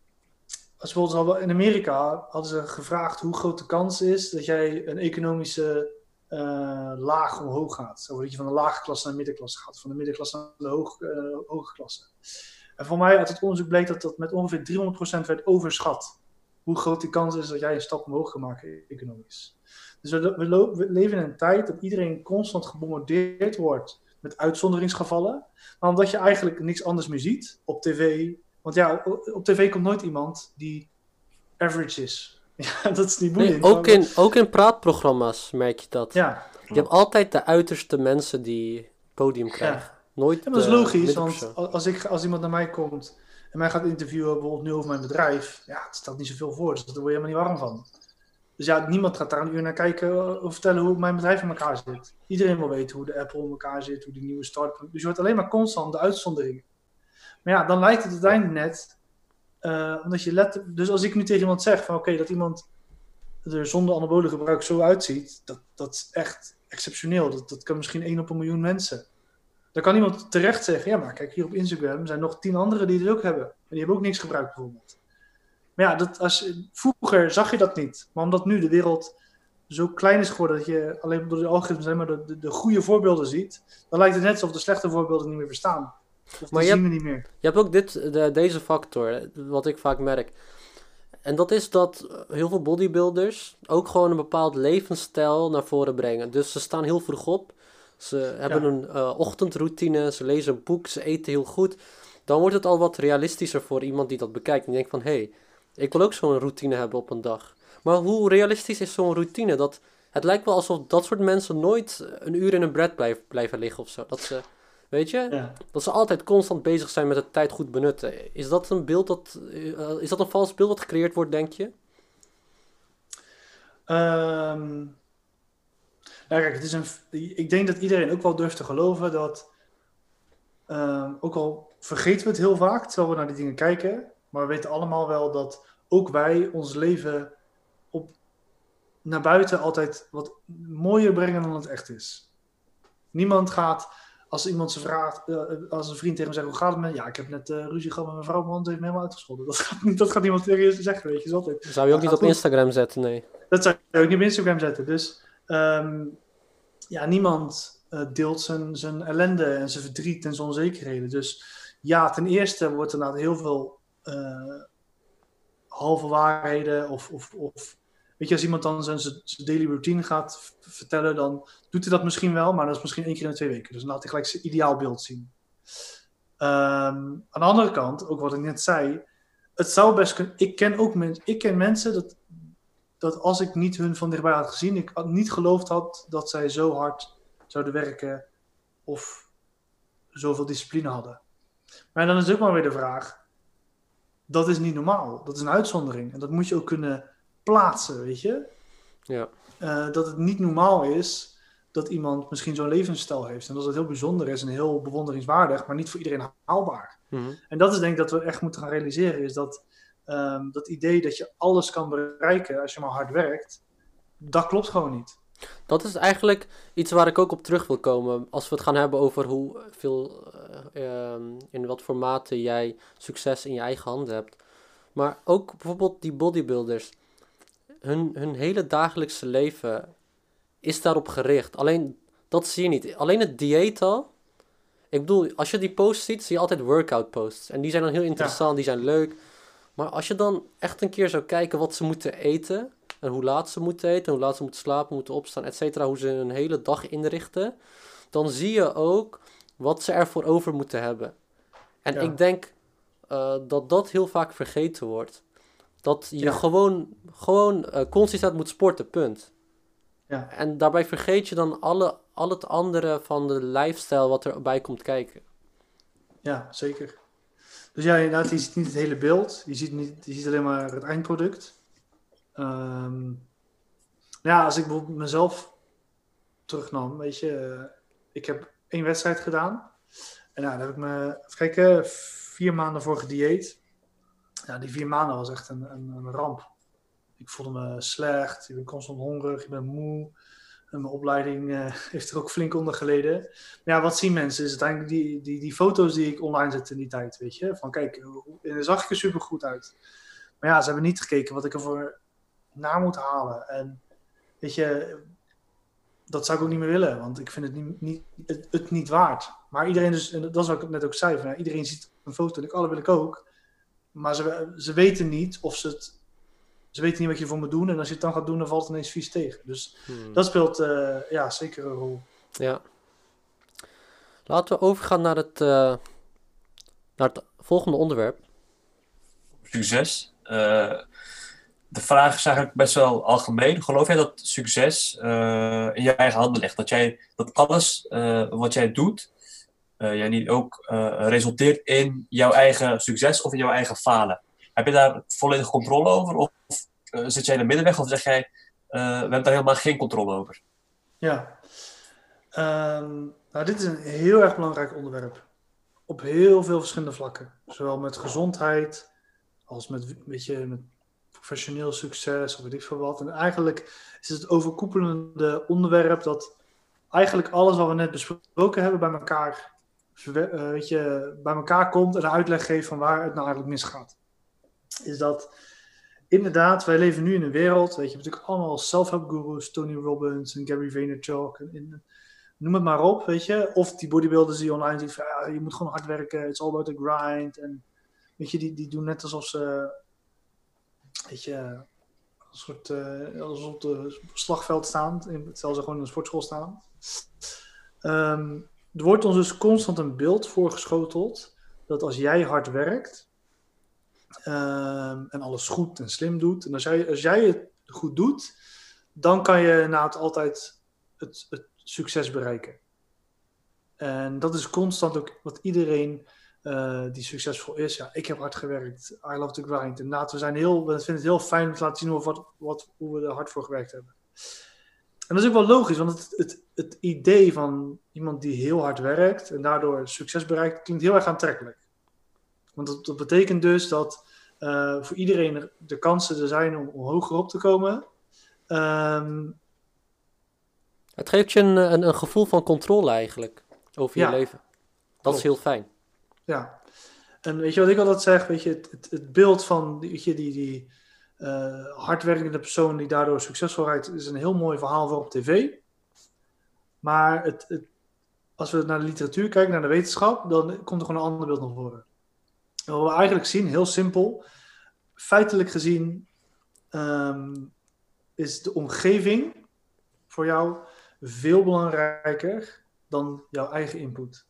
als bijvoorbeeld in Amerika hadden ze gevraagd hoe groot de kans is dat jij een economische uh, laag omhoog gaat. Zo dat je van de lage klasse naar de middenklasse gaat, van de middenklasse naar de hoog, uh, hoge klasse. En voor mij uit het onderzoek bleek dat dat met ongeveer driehonderd procent werd overschat. Hoe groot de kans is dat jij een stap omhoog gaat maken economisch. Dus we, we, lo- we leven in een tijd dat iedereen constant gebombardeerd wordt met uitzonderingsgevallen. Maar omdat je eigenlijk niks anders meer ziet op tv. Want ja, op tv komt nooit iemand die average is. Ja, dat is niet moeilijk. Nee, ook, in, ook in praatprogramma's merk je dat. Ja. Je hebt altijd de uiterste mensen die podium krijgen. Ja. Nooit ja, dat is logisch, want als, ik, als iemand naar mij komt en mij gaat interviewen bijvoorbeeld nu over mijn bedrijf, ja, het stelt niet zoveel voor, dus daar word je helemaal niet warm van. Dus ja, niemand gaat daar een uur naar kijken of vertellen hoe mijn bedrijf in elkaar zit. Iedereen wil weten hoe de Apple in elkaar zit, hoe die nieuwe start. Dus je hoort alleen maar constant de uitzonderingen. Maar ja, dan lijkt het uiteindelijk net, uh, omdat je let. Dus als ik nu tegen iemand zeg van oké, okay, dat iemand er zonder anabole gebruik zo uitziet, dat, dat is echt exceptioneel. Dat, dat kan misschien één op een miljoen mensen. Dan kan iemand terecht zeggen, ja maar kijk, hier op Instagram zijn nog tien anderen die het ook hebben. En die hebben ook niks gebruikt bijvoorbeeld. Maar ja, dat als, vroeger zag je dat niet. Maar omdat nu de wereld zo klein is geworden dat je alleen door de algoritmes alleen maar de, de, de goede voorbeelden ziet, dan lijkt het net alsof de slechte voorbeelden niet meer bestaan. Of maar die je zien hebt, we niet meer. Je hebt ook dit, de, deze factor, wat ik vaak merk. En dat is dat heel veel bodybuilders ook gewoon een bepaald levensstijl naar voren brengen. Dus ze staan heel vroeg op. Ze hebben ja. een uh, ochtendroutine, ze lezen een boek, ze eten heel goed. Dan wordt het al wat realistischer voor iemand die dat bekijkt. En denkt van, hé, hey, ik wil ook zo'n routine hebben op een dag. Maar hoe realistisch is zo'n routine? Dat, het lijkt wel alsof dat soort mensen nooit een uur in een bed blijf, blijven liggen of zo. Dat ze, weet je, ja. dat ze altijd constant bezig zijn met de tijd goed benutten. Is dat een beeld dat, uh, is dat een vals beeld dat gecreëerd wordt, denk je? Um, ja, kijk, het is een, ik denk dat iedereen ook wel durft te geloven dat, uh, ook al vergeten we het heel vaak, terwijl we naar die dingen kijken, Maar we weten allemaal wel dat ook wij ons leven op, naar buiten altijd wat mooier brengen dan het echt is. Niemand gaat, als iemand ze vraagt, uh, als een vriend tegen hem zegt, hoe gaat het met? Ja, ik heb net uh, ruzie gehad met mijn vrouw, mijn man heeft me helemaal uitgescholden. Dat gaat, niet, dat gaat niemand tegen je zeggen, weet je. Dat altijd. Zou je ook dat niet op goed. Instagram zetten, nee. Dat zou je ook niet op Instagram zetten. Dus um, ja, niemand uh, deelt zijn, zijn ellende en zijn verdriet en zijn onzekerheden. Dus ja, ten eerste wordt er nou heel veel uh, halve waarheden of, of, of weet je, als iemand dan zijn, zijn daily routine gaat v- vertellen, dan doet hij dat misschien wel, maar dat is misschien één keer in de twee weken. Dus dan laat hij gelijk zijn ideaalbeeld zien. Um, aan de andere kant, ook wat ik net zei, het zou best kunnen, ik ken ook mensen, ik ken mensen dat, dat als ik niet hun van dichtbij had gezien, ik had niet geloofd had dat zij zo hard zouden werken of zoveel discipline hadden. Maar dan is ook maar weer de vraag, dat is niet normaal. Dat is een uitzondering. En dat moet je ook kunnen plaatsen, weet je. Ja. Uh, dat het niet normaal is dat iemand misschien zo'n levensstijl heeft. En dat het heel bijzonder is en heel bewonderingswaardig, maar niet voor iedereen haalbaar. Mm-hmm. En dat is denk ik dat we echt moeten gaan realiseren, is dat um, dat idee dat je alles kan bereiken als je maar hard werkt, dat klopt gewoon niet. Dat is eigenlijk iets waar ik ook op terug wil komen. Als we het gaan hebben over hoeveel, uh, um, in wat voor mate jij succes in je eigen handen hebt. Maar ook bijvoorbeeld die bodybuilders. Hun, hun hele dagelijkse leven is daarop gericht. Alleen, dat zie je niet. Alleen het dieet al. Ik bedoel, als je die posts ziet, zie je altijd workout posts. En die zijn dan heel interessant, ja. Die zijn leuk. Maar als je dan echt een keer zou kijken wat ze moeten eten, en hoe laat ze moeten eten, hoe laat ze moeten slapen, moeten opstaan, et cetera, hoe ze hun hele dag inrichten, dan zie je ook wat ze ervoor over moeten hebben. En ja. ik denk uh, dat dat heel vaak vergeten wordt. Dat je ja. gewoon, gewoon uh, consistent moet sporten, punt. Ja. En daarbij vergeet je dan alle, al het andere van de lifestyle wat erbij komt kijken. Ja, zeker. Dus ja, inderdaad, je ziet niet het hele beeld. Je ziet, niet, je ziet alleen maar het eindproduct. Um, ja, als ik bijvoorbeeld mezelf terugnam, weet je, uh, ik heb één wedstrijd gedaan. En nou, daar heb ik me, even kijken, vier maanden voor gedieet. Ja, die vier maanden was echt een, een, een ramp. Ik voelde me slecht, ik ben constant hongerig, ik ben moe. En mijn opleiding uh, heeft er ook flink onder geleden. Maar ja, wat zien mensen? Is uiteindelijk die, die, die foto's die ik online zette in die tijd, weet je. Van kijk, en daar zag ik er super goed uit. Maar ja, ze hebben niet gekeken wat ik ervoor na moet halen. En weet je, dat zou ik ook niet meer willen. Want ik vind het niet, niet, het, het niet waard. Maar iedereen dus, en dat is wat ik net ook zei. Van, ja, iedereen ziet een foto en ik, alle wil ik ook. Maar ze, ze weten niet of ze het... Ze weten niet wat je voor moet doen. En als je het dan gaat doen, dan valt het ineens vies tegen. Dus hmm. dat speelt uh, ja, zeker een rol. Ja. Laten we overgaan naar het, uh, naar het volgende onderwerp. Succes. Uh, de vraag is eigenlijk best wel algemeen. Geloof jij dat succes uh, in je eigen handen ligt? Dat, jij, dat alles uh, wat jij doet, uh, jij niet ook uh, resulteert in jouw eigen succes of in jouw eigen falen? Heb je daar volledige controle over? Of uh, zit jij in de middenweg? Of zeg jij, uh, we hebben daar helemaal geen controle over? Ja. Um, nou, dit is een heel erg belangrijk onderwerp. Op heel veel verschillende vlakken. Zowel met gezondheid, als met, weet je, met professioneel succes, of weet ik veel wat. En eigenlijk is het overkoepelende onderwerp dat eigenlijk alles wat we net besproken hebben bij elkaar, uh, weet je, bij elkaar komt en een uitleg geeft van waar het nou eigenlijk misgaat. Is dat inderdaad, wij leven nu in een wereld, weet je, natuurlijk allemaal self-help gurus, Tony Robbins en Gary Vaynerchuk, en, en, noem het maar op, weet je. Of die bodybuilders die online zien van, ja, je moet gewoon hard werken, it's all about the grind. En weet je, die, die doen net alsof ze, weet je, een soort, uh, alsof op het slagveld staan, terwijl ze gewoon in een sportschool staan. Um, er wordt ons dus constant een beeld voorgeschoteld dat als jij hard werkt, Um, en alles goed en slim doet. En als jij, als jij het goed doet, dan kan je na het altijd het, het succes bereiken. En dat is constant ook wat iedereen uh, die succesvol is. Ja, ik heb hard gewerkt. I love the grind. En we, zijn heel, we vinden het heel fijn om te laten zien hoe, wat, wat, hoe we er hard voor gewerkt hebben. En dat is ook wel logisch, want het, het, het idee van iemand die heel hard werkt en daardoor succes bereikt, klinkt heel erg aantrekkelijk. Want dat, dat betekent dus dat uh, voor iedereen de kansen er zijn om, om hoger op te komen. Um, het geeft je een, een, een gevoel van controle eigenlijk over je ja, leven. Dat klopt. Is heel fijn. Ja. En weet je wat ik altijd zeg? Weet je, het, het, het beeld van weet je, die, die uh, hardwerkende persoon die daardoor succesvol rijdt, is een heel mooi verhaal voor op tv. Maar het, het, als we naar de literatuur kijken, naar de wetenschap, dan komt er gewoon een ander beeld naar voren. En wat we eigenlijk zien, heel simpel, feitelijk gezien, um, is de omgeving voor jou veel belangrijker dan jouw eigen input.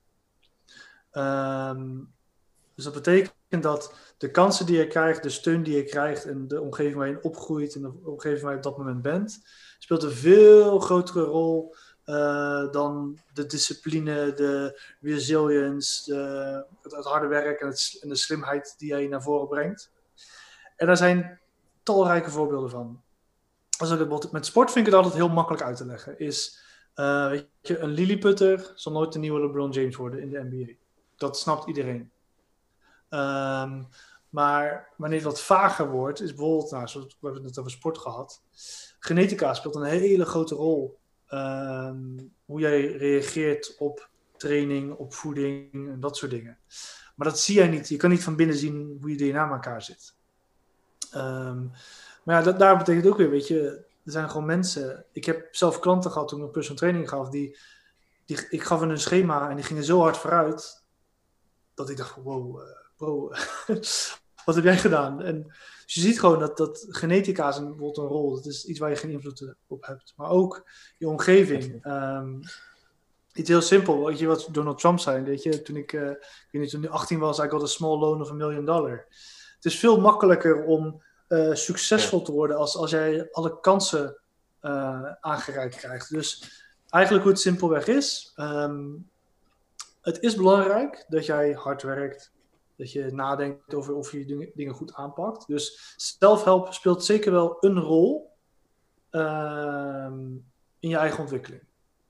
Um, dus dat betekent dat de kansen die je krijgt, de steun die je krijgt en de omgeving waar je opgroeit en de omgeving waar je op dat moment bent, speelt een veel grotere rol uh, dan de discipline, de resilience, de, het, het harde werk en, het, en de slimheid die jij naar voren brengt. En daar zijn talrijke voorbeelden van. Als ik het, met sport vind ik het altijd heel makkelijk uit te leggen. Is, uh, weet je, een Lilliputter zal nooit de nieuwe LeBron James worden in de N B A. Dat snapt iedereen. Um, maar wanneer het wat vager wordt, is bijvoorbeeld, nou, zoals, we hebben het net over sport gehad, genetica speelt een hele grote rol. Um, hoe jij reageert op training, op voeding en dat soort dingen. Maar dat zie jij niet. Je kan niet van binnen zien hoe je D N A aan elkaar zit. Um, maar ja, dat, daar betekent ook weer, weet je, er zijn gewoon mensen. Ik heb zelf klanten gehad toen ik een personal training gaf, die, die, ik gaf hun een schema en die gingen zo hard vooruit, dat ik dacht, wow, uh, bro, wat heb jij gedaan? En dus je ziet gewoon dat, dat genetica is een, bijvoorbeeld een rol. Dat is iets waar je geen invloed op hebt. Maar ook je omgeving. Um, iets heel simpel. Weet je wat Donald Trump zei? Weet je, toen ik, uh, ik weet niet, toen ik achttien was, I got a small loan of a million dollar. Het is veel makkelijker om uh, succesvol te worden als, als jij alle kansen uh, aangereikt krijgt. Dus eigenlijk hoe het simpelweg is. Um, het is belangrijk dat jij hard werkt. Dat je nadenkt over of je dingen goed aanpakt. Dus self-help speelt zeker wel een rol uh, in je eigen ontwikkeling.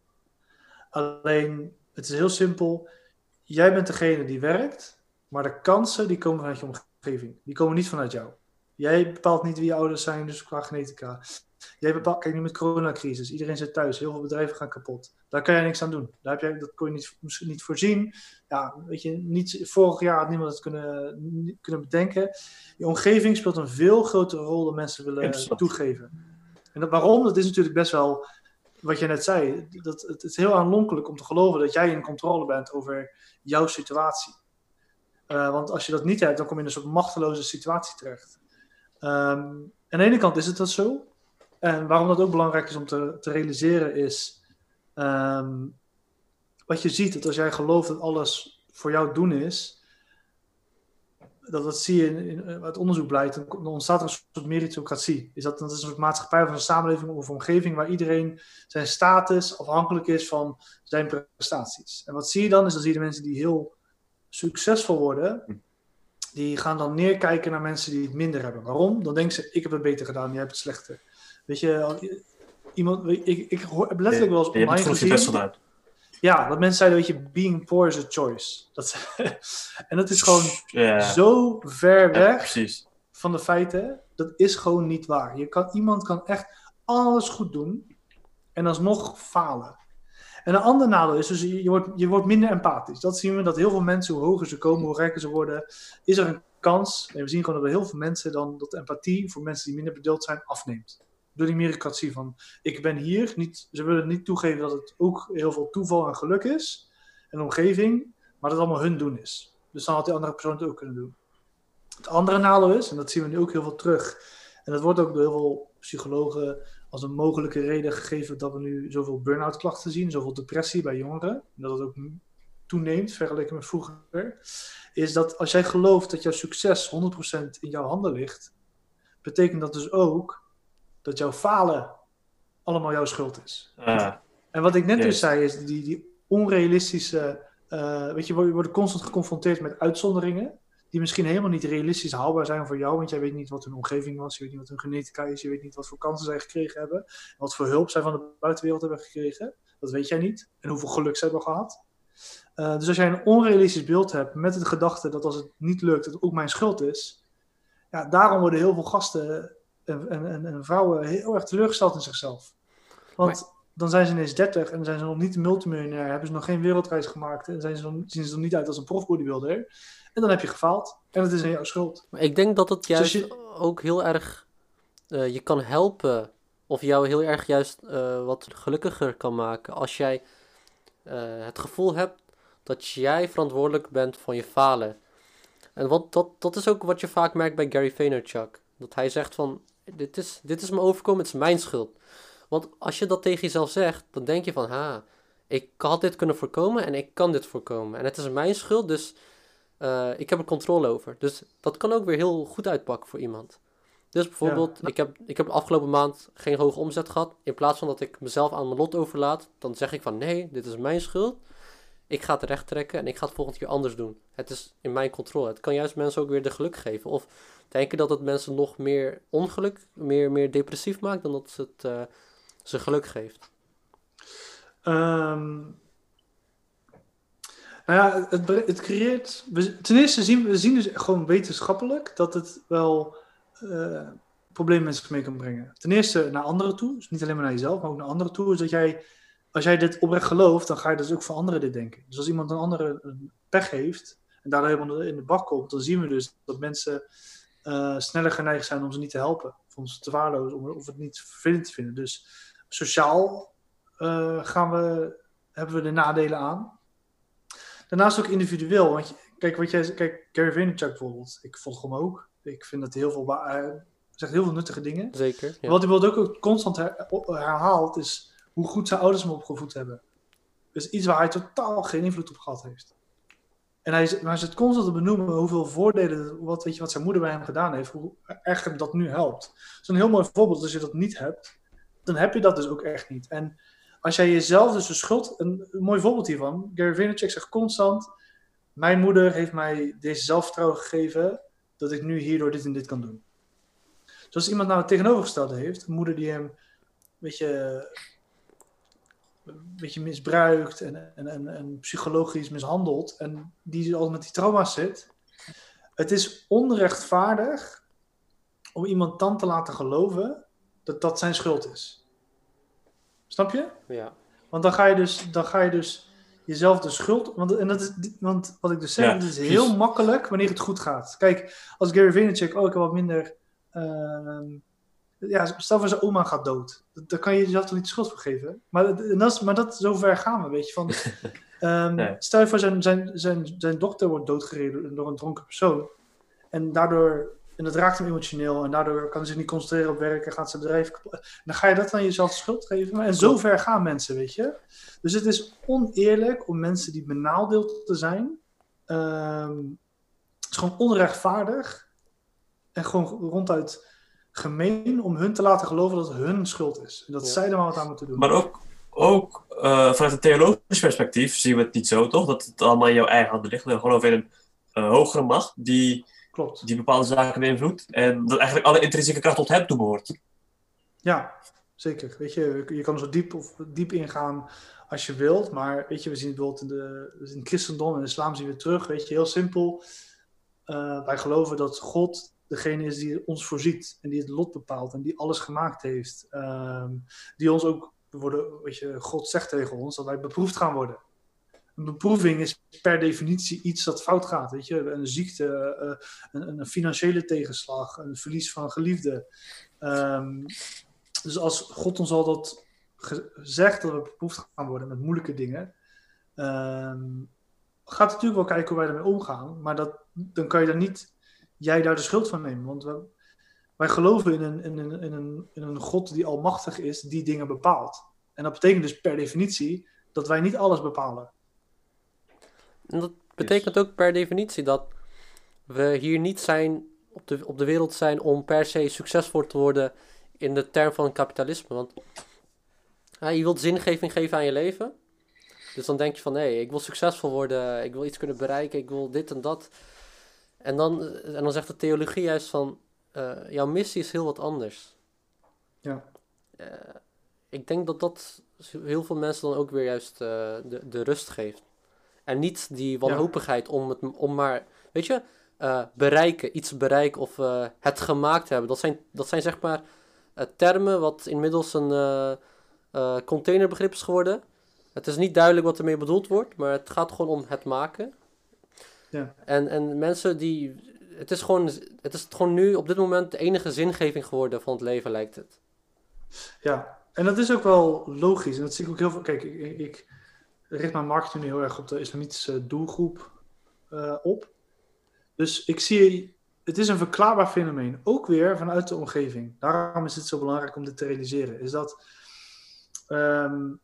Alleen, het is heel simpel. Jij bent degene die werkt, maar de kansen die komen vanuit je omgeving. Die komen niet vanuit jou. Jij bepaalt niet wie je ouders zijn, dus qua genetica. Jij bepaalt, kijk nu met de coronacrisis. Iedereen zit thuis, heel veel bedrijven gaan kapot. Daar kan jij niks aan doen. Daar heb jij, dat kon je niet, misschien niet voorzien. Ja, weet je, niet, vorig jaar had niemand het kunnen, kunnen bedenken. Je omgeving speelt een veel grotere rol dan mensen willen toegeven. En dat, waarom? Dat is natuurlijk best wel, wat je net zei, dat, het is heel aanlonkelijk om te geloven dat jij in controle bent over jouw situatie. Uh, want als je dat niet hebt, dan kom je in een soort machteloze situatie terecht. Um, aan de ene kant is het dat zo. En waarom dat ook belangrijk is om te, te realiseren is, um, wat je ziet, dat als jij gelooft dat alles voor jou doen is, dat, dat zie je in, in uit onderzoek blijkt, dan ontstaat er een soort meritocratie. Is dat, dat is een soort maatschappij of een samenleving of een omgeving waar iedereen zijn status afhankelijk is van zijn prestaties. En wat zie je dan, is dan zie je de mensen die heel succesvol worden, die gaan dan neerkijken naar mensen die het minder hebben. Waarom? Dan denken ze, ik heb het beter gedaan, jij hebt het slechter. Weet je, iemand, ik, ik heb letterlijk wel eens online gezien. Je hebt het best ja, dat mensen zeiden, weet je, being poor is a choice. Dat, en dat is gewoon yeah. zo ver weg ja, van de feiten. Dat is gewoon niet waar. Je kan, iemand kan echt alles goed doen en alsnog falen. En een ander nadeel is, dus je, je, wordt, je wordt minder empathisch. Dat zien we, dat heel veel mensen, hoe hoger ze komen, hoe rijker ze worden, is er een kans. En we zien gewoon dat bij heel veel mensen dan dat empathie voor mensen die minder bedeeld zijn, afneemt. Door die meritocratie van, ik ben hier, niet, ze willen niet toegeven dat het ook heel veel toeval en geluk is, en omgeving, maar dat het allemaal hun doen is. Dus dan had die andere persoon het ook kunnen doen. Het andere nadeel is, en dat zien we nu ook heel veel terug, en dat wordt ook door heel veel psychologen als een mogelijke reden gegeven dat we nu zoveel burn-out klachten zien, zoveel depressie bij jongeren, en dat het ook toeneemt, vergeleken met vroeger, is dat als jij gelooft dat jouw succes honderd procent in jouw handen ligt, betekent dat dus ook dat jouw falen allemaal jouw schuld is. Uh, en wat ik net yes. dus zei, is die, die onrealistische, uh, weet je, we worden constant geconfronteerd met uitzonderingen, die misschien helemaal niet realistisch haalbaar zijn voor jou, want jij weet niet wat hun omgeving was, je weet niet wat hun genetica is, je weet niet wat voor kansen zij gekregen hebben, wat voor hulp zij van de buitenwereld hebben gekregen, dat weet jij niet, en hoeveel geluk zij hebben gehad. Uh, dus als jij een onrealistisch beeld hebt met de gedachte dat als het niet lukt, het ook mijn schuld is, Ja, daarom worden heel veel gasten en, en, en vrouwen heel erg teleurgesteld in zichzelf. Want maar... dan zijn ze ineens dertig en dan zijn ze nog niet een multimiljonair, hebben ze nog geen wereldreis gemaakt en zijn ze nog, zien ze er niet uit als een profbodybuilder. En dan heb je gefaald. En het is in jouw schuld. Maar ik denk dat het juist dus je... ook heel erg uh, je kan helpen of jou heel erg juist uh, wat gelukkiger kan maken als jij uh, het gevoel hebt dat jij verantwoordelijk bent van je falen. En wat, dat, dat is ook wat je vaak merkt bij Gary Vaynerchuk. Dat hij zegt van, dit is, dit is me overkomen, het is mijn schuld. Want als je dat tegen jezelf zegt, dan denk je van, ha, ik had dit kunnen voorkomen en ik kan dit voorkomen. En het is mijn schuld, dus uh, ik heb er controle over. Dus dat kan ook weer heel goed uitpakken voor iemand. Dus bijvoorbeeld, ja. ik, heb, ik heb de afgelopen maand geen hoge omzet gehad. In plaats van dat ik mezelf aan mijn lot overlaat, dan zeg ik van, nee, dit is mijn schuld. Ik ga het recht trekken en ik ga het volgende keer anders doen. Het is in mijn controle. Het kan juist mensen ook weer de geluk geven. Of denken dat het mensen nog meer ongeluk, meer, meer depressief maakt dan dat het uh, ze geluk geeft. Um, nou ja, het, het creëert... We, ten eerste zien we zien dus gewoon wetenschappelijk dat het wel uh, problemen met zich mee kan brengen. Ten eerste naar anderen toe. Dus niet alleen maar naar jezelf, maar ook naar anderen toe. Dus dat jij... Als jij dit oprecht gelooft, dan ga je dus ook voor anderen dit denken. Dus als iemand een andere een pech heeft en daar helemaal in de bak komt, dan zien we dus dat mensen uh, sneller geneigd zijn om ze niet te helpen. Of om ze te verwaarlozen, of het niet vervelend te vinden. Dus sociaal uh, gaan we, hebben we de nadelen aan. Daarnaast ook individueel. Want je, kijk, wat jij, kijk, Gary Vaynerchuk bijvoorbeeld, ik volg hem ook. Ik vind dat hij heel veel, uh, zegt heel veel nuttige dingen. Zeker. Ja. Wat hij bijvoorbeeld ook constant her, herhaalt is hoe goed zijn ouders hem opgevoed hebben. Dus iets waar hij totaal geen invloed op gehad heeft. En hij, hij zit constant te benoemen hoeveel voordelen, wat, weet je, wat zijn moeder bij hem gedaan heeft, hoe erg hem dat nu helpt. Dat is een heel mooi voorbeeld. Als je dat niet hebt, dan heb je dat dus ook echt niet. En als jij jezelf dus de schuld, een, een mooi voorbeeld hiervan, Gary Vaynerchuk zegt constant, mijn moeder heeft mij deze zelfvertrouwen gegeven, dat ik nu hierdoor dit en dit kan doen. Dus als iemand nou het tegenovergestelde heeft, een moeder die hem, een beetje... een beetje misbruikt en, en, en, en psychologisch mishandeld en die al met die trauma's zit. Het is onrechtvaardig om iemand dan te laten geloven dat dat zijn schuld is. Snap je? Ja. Want dan ga je dus, dan ga je dus jezelf de schuld... Want, en dat is, want wat ik dus zeg, ja, het is precies. Heel makkelijk wanneer het goed gaat. Kijk, als Gary Vaynerchuk ook wat minder... Uh, Ja, stel voor zijn oma gaat dood. Daar kan je jezelf toch niet de schuld voor geven. Maar dat, is, maar dat zover gaan we, weet je. Van, um, nee. Stel je voor zijn, zijn, zijn, zijn dochter wordt doodgereden door een dronken persoon. En daardoor, en dat raakt hem emotioneel. En daardoor kan hij zich niet concentreren op werk en gaat zijn bedrijf kapot. Dan ga je dat aan jezelf de schuld geven. En zover gaan mensen, weet je. Dus het is oneerlijk om mensen die benadeeld te zijn. Um, het is gewoon onrechtvaardig. En gewoon ronduit... gemeen om hun te laten geloven dat het hun schuld is. En dat ja. zij er maar wat aan moeten doen. Maar ook, ook uh, vanuit een theologisch perspectief zien we het niet zo, toch? Dat het allemaal in jouw eigen handen ligt. We geloven in een uh, hogere macht die, Klopt. die bepaalde zaken beïnvloedt. En dat eigenlijk alle intrinsieke kracht tot hem toe behoort. Ja, zeker. Weet je, je kan er zo diep, of diep ingaan als je wilt. Maar weet je, we zien het bijvoorbeeld in, de, in het christendom en de islam zien we terug. Weet je, heel simpel. Uh, wij geloven dat God... degene is die ons voorziet en die het lot bepaalt en die alles gemaakt heeft. Um, die ons ook, worden, weet je, God zegt tegen ons dat wij beproefd gaan worden. Een beproeving is per definitie iets dat fout gaat. Weet je? Een ziekte, uh, een, een financiële tegenslag, een verlies van een geliefde. Um, dus als God ons al dat gezegd dat we beproefd gaan worden met moeilijke dingen, um, gaat natuurlijk wel kijken hoe wij ermee omgaan, maar dat, dan kan je daar niet jij daar de schuld van nemen. Want wij, wij geloven in een, in, een, in, een, in een God die almachtig is, die dingen bepaalt. En dat betekent dus per definitie dat wij niet alles bepalen. En dat betekent ook per definitie dat we hier niet zijn op de, op de wereld zijn om per se succesvol te worden in de term van kapitalisme. Want ja, je wilt zingeving geven aan je leven. Dus dan denk je van, nee, ik wil succesvol worden, ik wil iets kunnen bereiken, ik wil dit en dat. En dan, en dan zegt de theologie juist van, uh, jouw missie is heel wat anders. Ja. Uh, ik denk dat dat heel veel mensen dan ook weer juist uh, de, de rust geeft. En niet die wanhopigheid ja. om, het, om maar... Weet je, uh, bereiken, iets bereiken of uh, het gemaakt hebben. Dat zijn, dat zijn zeg maar uh, termen wat inmiddels een uh, uh, containerbegrip is geworden. Het is niet duidelijk wat ermee bedoeld wordt, maar het gaat gewoon om het maken. Ja. En, en mensen die... Het is, gewoon, het is gewoon nu op dit moment de enige zingeving geworden van het leven, lijkt het. Ja, en dat is ook wel logisch. En dat zie ik ook heel veel... Kijk, ik, ik richt mijn marketing heel erg op de islamitische doelgroep uh, op. Dus ik zie... Het is een verklaarbaar fenomeen. Ook weer vanuit de omgeving. Daarom is het zo belangrijk om dit te realiseren. Is dat... Um,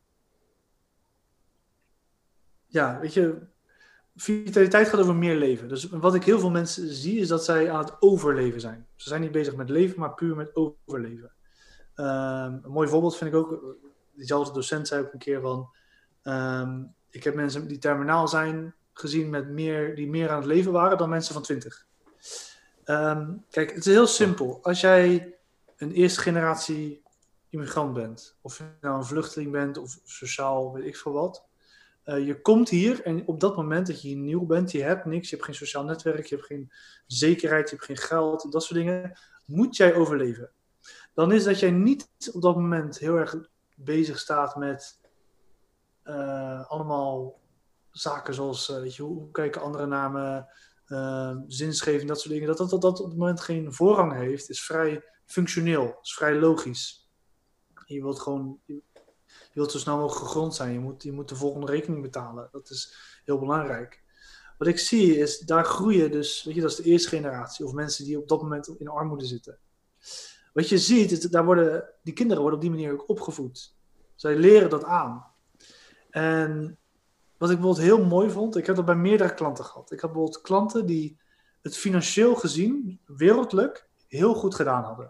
ja, weet je... Vitaliteit gaat over meer leven. Dus wat ik heel veel mensen zie, is dat zij aan het overleven zijn. Ze zijn niet bezig met leven, maar puur met overleven. Um, een mooi voorbeeld vind ik ook, diezelfde docent zei ook een keer van, um, ik heb mensen die terminaal zijn gezien met meer, die meer aan het leven waren dan mensen van twintig. Um, kijk, het is heel simpel. Als jij een eerste generatie immigrant bent, of je nou een vluchteling bent, of sociaal, weet ik veel wat. Uh, je komt hier en op dat moment dat je hier nieuw bent, je hebt niks, je hebt geen sociaal netwerk, je hebt geen zekerheid, je hebt geen geld, dat soort dingen, moet jij overleven. Dan is dat jij niet op dat moment heel erg bezig staat met uh, allemaal zaken zoals, uh, weet je, hoe kijken andere namen, uh, zinsgeving, dat soort dingen. Dat dat, dat dat op het moment geen voorrang heeft, is vrij functioneel, is vrij logisch. Je wilt gewoon... Je, Je wilt zo snel mogelijk gegrond zijn. Je moet, je moet de volgende rekening betalen. Dat is heel belangrijk. Wat ik zie is, daar groeien dus, weet je, dat is de eerste generatie. Of mensen die op dat moment in armoede zitten. Wat je ziet, is, daar worden, die kinderen worden op die manier ook opgevoed. Zij leren dat aan. En wat ik bijvoorbeeld heel mooi vond, ik heb dat bij meerdere klanten gehad. Ik had bijvoorbeeld klanten die het financieel gezien, wereldlijk, heel goed gedaan hadden.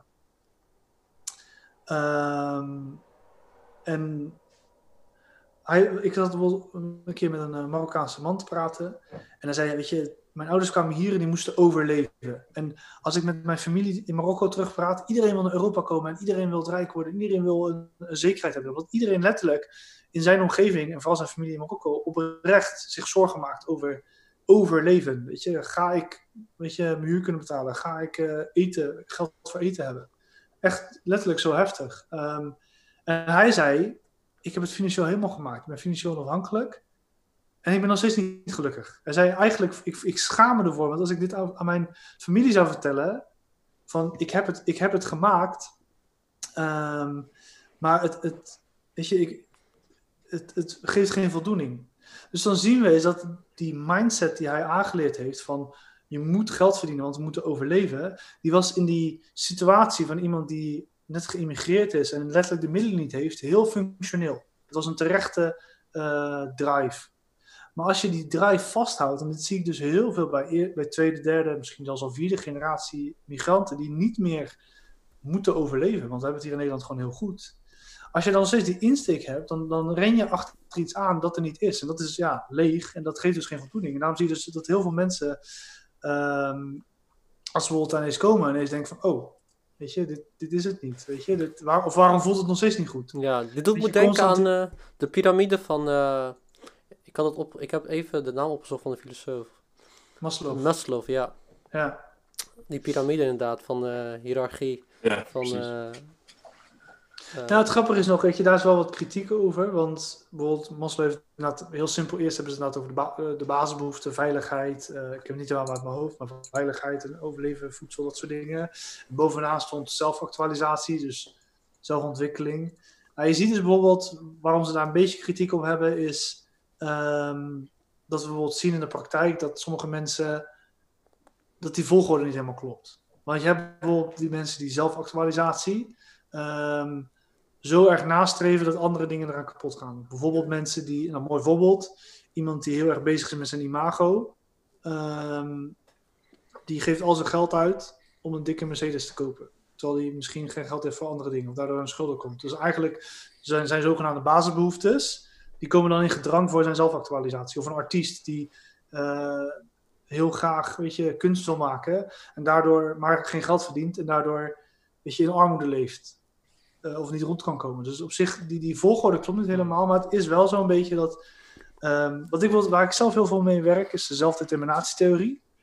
Um, En hij, ik zat bijvoorbeeld een keer met een uh, Marokkaanse man te praten. En hij zei, weet je, mijn ouders kwamen hier en die moesten overleven. En als ik met mijn familie in Marokko terugpraat, iedereen wil naar Europa komen en iedereen wil rijk worden. En iedereen wil een, een zekerheid hebben. Want iedereen letterlijk in zijn omgeving en vooral zijn familie in Marokko oprecht zich zorgen maakt over overleven. Weet je, ga ik weet je, mijn huur kunnen betalen? Ga ik uh, eten, geld voor eten hebben? Echt letterlijk zo heftig. Um, En hij zei, ik heb het financieel helemaal gemaakt. Ik ben financieel onafhankelijk. En ik ben nog steeds niet gelukkig. Hij zei, eigenlijk, ik, ik schaam me ervoor. Want als ik dit aan, aan mijn familie zou vertellen, van ik heb het, ik heb het gemaakt. Um, maar het, het, weet je, ik, het, het geeft geen voldoening. Dus dan zien we is dat die mindset die hij aangeleerd heeft van je moet geld verdienen, want we moeten overleven. Die was in die situatie van iemand die net geïmmigreerd is en letterlijk de middelen niet heeft, heel functioneel. Het was een terechte uh, drive. Maar als je die drive vasthoudt, en dat zie ik dus heel veel bij, eer, bij tweede, derde, misschien zelfs al vierde generatie migranten, die niet meer moeten overleven, want we hebben het hier in Nederland gewoon heel goed. Als je dan steeds die insteek hebt, dan, dan ren je achter iets aan dat er niet is. En dat is ja, leeg en dat geeft dus geen voldoening. En daarom zie je dus dat heel veel mensen, um, als ze bijvoorbeeld ineens komen en ineens denken van, oh, weet je, dit, dit is het niet. Weet je, dit, waar, of waarom voelt het nog steeds niet goed? Ja, dit doet me denken aan uh, de piramide van... Uh, ik, had het op, ik heb even de naam opgezocht van de filosoof. Maslow. Maslow, ja. Ja. Die piramide inderdaad, van uh, hiërarchie. Ja, van, precies. Uh, uh, nou, het grappige is nog, weet je, daar is wel wat kritiek over. Want bijvoorbeeld Maslow heeft inderdaad, heel simpel, eerst hebben ze het inderdaad over de, ba- de basisbehoeften, veiligheid. Uh, ik heb het niet helemaal uit mijn hoofd, maar veiligheid en overleven, voedsel, dat soort dingen. Bovenaan stond zelfactualisatie, dus zelfontwikkeling. Nou, je ziet dus bijvoorbeeld, waarom ze daar een beetje kritiek op hebben, is um, dat we bijvoorbeeld zien in de praktijk dat sommige mensen, dat die volgorde niet helemaal klopt. Want je hebt bijvoorbeeld die mensen die zelfactualisatie um, zo erg nastreven dat andere dingen eraan kapot gaan. Bijvoorbeeld mensen die, een mooi voorbeeld, iemand die heel erg bezig is met zijn imago, um, die geeft al zijn geld uit om een dikke Mercedes te kopen. Terwijl hij misschien geen geld heeft voor andere dingen, of daardoor aan schulden komt. Dus eigenlijk zijn zijn zogenaamde basisbehoeftes, die komen dan in gedrang voor zijn zelfactualisatie. Of een artiest die uh, heel graag, weet je, kunst wil maken en daardoor maar geen geld verdient en daardoor, weet je, in armoede leeft. Uh, of niet rond kan komen. Dus op zich, die, die volgorde klopt niet helemaal, maar het is wel zo'n beetje dat, um, wat ik wil, waar ik zelf heel veel mee werk, is de zelfdeterminatietheorie.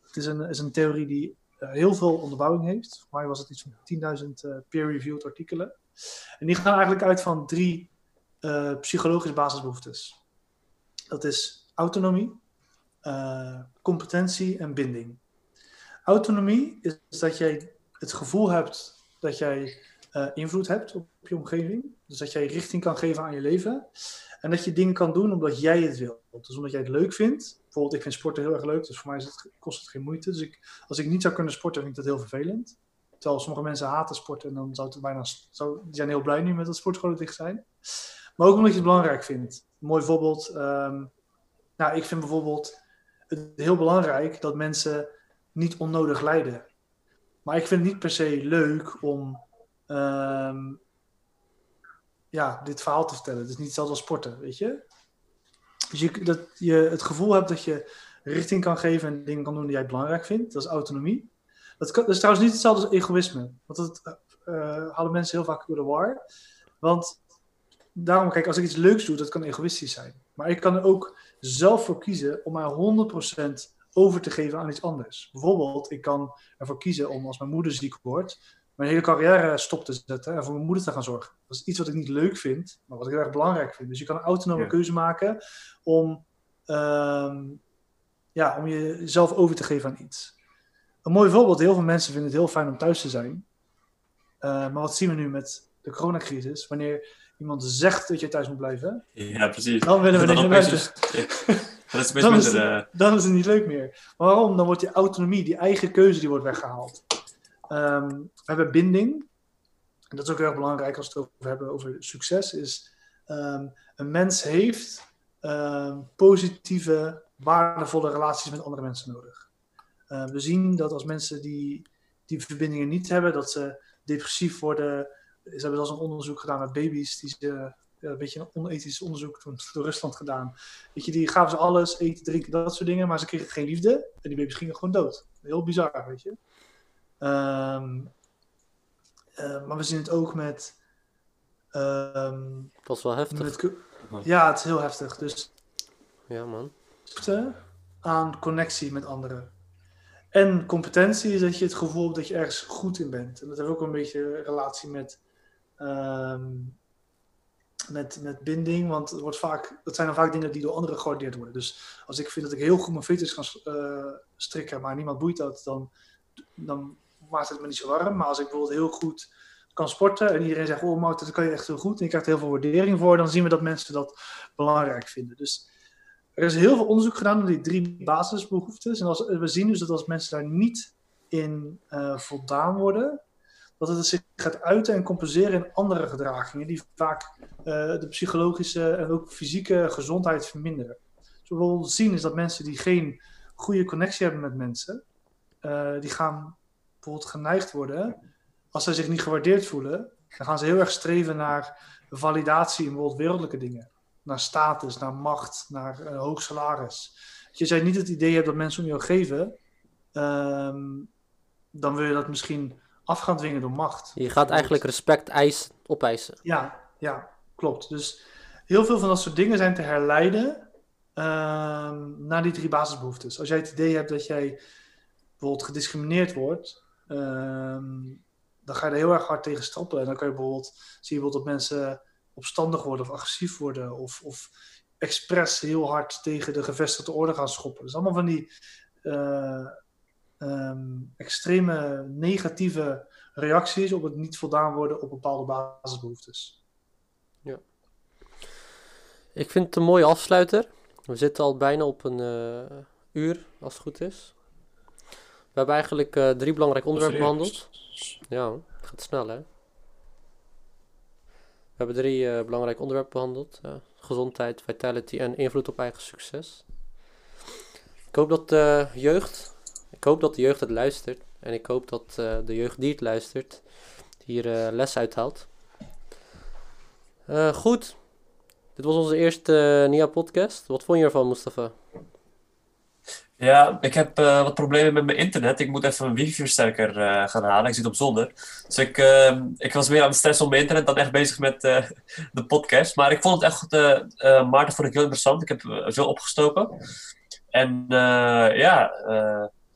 Het is een, is een theorie die uh, heel veel onderbouwing heeft. Voor mij was het iets van tienduizend uh, peer-reviewed artikelen. En die gaan eigenlijk uit van drie uh, psychologische basisbehoeftes. Dat is autonomie, uh, competentie en binding. Autonomie is dat jij het gevoel hebt dat jij uh, invloed hebt op je omgeving. Dus dat jij richting kan geven aan je leven. En dat je dingen kan doen omdat jij het wil. Dus omdat jij het leuk vindt. Bijvoorbeeld, ik vind sporten heel erg leuk. Dus voor mij is het, kost het geen moeite. Dus ik, als ik niet zou kunnen sporten, vind ik dat heel vervelend. Terwijl sommige mensen haten sporten. En dan zou het bijna... Zou, die zijn heel blij nu met dat sportscholen dicht zijn. Maar ook omdat je het belangrijk vindt. Een mooi voorbeeld. Um, nou, ik vind bijvoorbeeld het heel belangrijk dat mensen niet onnodig lijden. Maar ik vind het niet per se leuk om... Um, ja, dit verhaal te vertellen. Het is niet hetzelfde als sporten, weet je. Dus je, dat je het gevoel hebt dat je richting kan geven en dingen kan doen die jij belangrijk vindt. Dat is autonomie. Dat, kan, dat is trouwens niet hetzelfde als egoïsme. Want dat uh, halen mensen heel vaak door de war. Want daarom, kijk, als ik iets leuks doe, dat kan egoïstisch zijn. Maar ik kan er ook zelf voor kiezen om mij honderd procent over te geven aan iets anders. Bijvoorbeeld, ik kan ervoor kiezen om als mijn moeder ziek wordt... mijn hele carrière stop te zetten en voor mijn moeder te gaan zorgen. Dat is iets wat ik niet leuk vind, maar wat ik heel erg belangrijk vind. Dus je kan een autonome ja. keuze maken om, um, ja, om jezelf over te geven aan iets. Een mooi voorbeeld, heel veel mensen vinden het heel fijn om thuis te zijn. Uh, maar wat zien we nu met de coronacrisis? Wanneer iemand zegt dat je thuis moet blijven, ja, precies. dan willen we niet naar buiten. Ja. Dat is best dan, minder, is het, uh... dan is het niet leuk meer. Maar waarom? Dan wordt die autonomie, die eigen keuze, die wordt weggehaald. Um, we hebben binding. En dat is ook heel erg belangrijk als we het over hebben over succes. Is um, een mens heeft um, positieve, waardevolle relaties met andere mensen nodig. Uh, we zien dat als mensen die die verbindingen niet hebben, dat ze depressief worden. Ze hebben zelfs een onderzoek gedaan met baby's. Die ze, ja, een beetje een onethisch onderzoek toen door Rusland gedaan. Weet je, die gaven ze alles, eten, drinken, dat soort dingen. Maar ze kregen geen liefde. En die baby's gingen gewoon dood. Heel bizar, weet je. Um, uh, maar we zien het ook met... Um, dat is wel heftig. Met, ja, het is heel heftig. Dus ja, man. Aan connectie met anderen. En competentie is dat je het gevoel hebt dat je ergens goed in bent. En dat heeft ook een beetje relatie met, um, met, met binding. Want het wordt vaak, dat zijn dan vaak dingen die door anderen gewaardeerd worden. Dus als ik vind dat ik heel goed mijn veters kan uh, strikken, maar niemand boeit dat, dan... dan maakt het me niet zo warm. Maar als ik bijvoorbeeld heel goed kan sporten en iedereen zegt, oh Maarten, dat kan je echt heel goed en je krijgt heel veel waardering voor, dan zien we dat mensen dat belangrijk vinden. Dus er is heel veel onderzoek gedaan naar die drie basisbehoeftes. En als, we zien dus dat als mensen daar niet in uh, voldaan worden, dat het zich gaat uiten en compenseren in andere gedragingen die vaak uh, de psychologische en ook fysieke gezondheid verminderen. Dus wat we bijvoorbeeld zien is dat mensen die geen goede connectie hebben met mensen, uh, die gaan bijvoorbeeld geneigd worden, als zij zich niet gewaardeerd voelen, dan gaan ze heel erg streven naar validatie in bijvoorbeeld wereldlijke dingen. Naar status, naar macht, naar uh, hoog salaris. Als jij niet het idee hebt dat mensen om jou geven, um, dan wil je dat misschien af gaan dwingen door macht. Je gaat eigenlijk respect eisen, opeisen. Ja, ja, klopt. Dus heel veel van dat soort dingen zijn te herleiden um, naar die drie basisbehoeftes. Als jij het idee hebt dat jij bijvoorbeeld gediscrimineerd wordt, um, dan ga je er heel erg hard tegen strappelen. En dan kan je bijvoorbeeld, zie je bijvoorbeeld dat mensen opstandig worden of agressief worden of, of expres heel hard tegen de gevestigde orde gaan schoppen. Dus allemaal van die uh, um, extreme negatieve reacties op het niet voldaan worden op bepaalde basisbehoeftes. Ja. Ik vind het een mooie afsluiter. We zitten al bijna op een uh, uur, als het goed is. We hebben eigenlijk uh, drie belangrijke onderwerpen behandeld. Ja, het gaat snel, hè? We hebben drie uh, belangrijke onderwerpen behandeld. Uh, gezondheid, vitality en invloed op eigen succes. Ik hoop dat de jeugd, ik hoop dat de jeugd het luistert. En ik hoop dat uh, de jeugd die het luistert, hier uh, les uithaalt. Uh, goed. Dit was onze eerste uh, N I A-podcast. Wat vond je ervan, Mustafa? Ja, ik heb uh, wat problemen met mijn internet. Ik moet even een wifi-versterker uh, gaan halen. Ik zit op zolder. Dus ik, uh, ik was meer aan het stressen op mijn internet dan echt bezig met uh, de podcast. Maar ik vond het echt, uh, uh, Maarten vond ik heel interessant. Ik heb uh, veel opgestoken. En uh, ja, uh,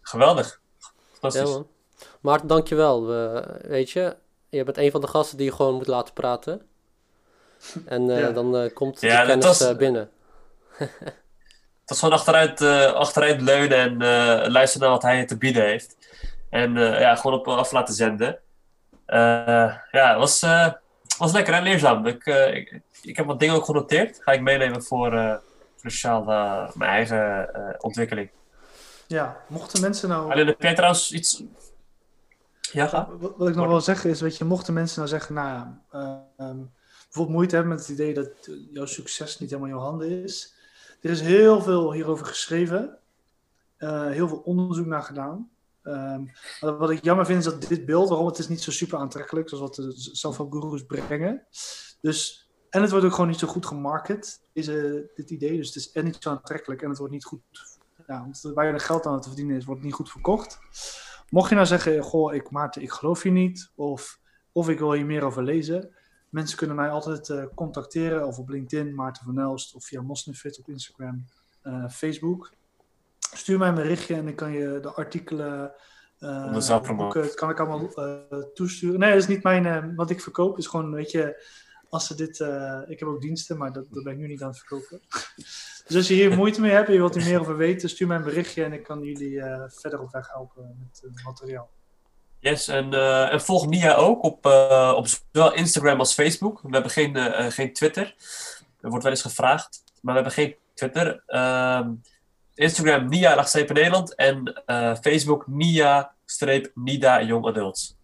Geweldig. Ja, Fantastisch. man. Maarten, dankjewel. We, weet je, je bent een van de gasten die je gewoon moet laten praten. En uh, Ja. dan uh, komt de Ja, dat kennis was- uh, binnen. Het was gewoon achteruit, eh, achteruit leunen en eh, luisteren naar wat hij te bieden heeft. En eh, ja, gewoon op af laten zenden. Eh, ja, het was, eh, was lekker en leerzaam. Ik, eh, ik, ik heb wat dingen ook genoteerd. Ga ik meenemen voor, uh, voor sociaal uh, mijn eigen uh, ontwikkeling. Ja, mochten mensen nou... Alleen heb jij trouwens iets... Ja, ga. Wat, wat ik nog wil zeggen is, weet je, mochten mensen nou zeggen, nou ja, uh, um, bijvoorbeeld moeite hebben met het idee dat jouw succes niet helemaal in jouw handen is. Er is heel veel hierover geschreven, uh, heel veel onderzoek naar gedaan. Um, wat ik jammer vind is dat dit beeld, waarom het is niet zo super aantrekkelijk, zoals wat de zelfhelpgoeroes brengen. Dus, en het wordt ook gewoon niet zo goed gemarket, deze, dit idee. Dus het is en niet zo aantrekkelijk en het wordt niet goed, ja, omdat er weinig geld aan te verdienen is, wordt het niet goed verkocht. Mocht je nou zeggen, goh, ik, Maarten, ik geloof je niet, of, of ik wil hier meer over lezen. Mensen kunnen mij altijd uh, contacteren, of op LinkedIn, Maarten van Elst, of via Mosnefit op Instagram, uh, Facebook. Stuur mij een berichtje en dan kan je de artikelen, uh, boeken, het kan ik allemaal uh, toesturen. Nee, dat is niet mijn, uh, wat ik verkoop, is gewoon, weet je, als ze dit, uh, ik heb ook diensten, maar dat, dat ben ik nu niet aan het verkopen. Dus als je hier moeite mee hebt en je wilt er meer over weten, stuur mij een berichtje en ik kan jullie uh, verder op weg helpen met uh, materiaal. Yes, en, uh, en volg Nia ook op, uh, op zowel Instagram als Facebook. We hebben geen, uh, geen Twitter. Er wordt wel eens gevraagd, maar we hebben geen Twitter. Uh, Instagram Nia-Nederland en uh, Facebook Nia-Nida Young Adults.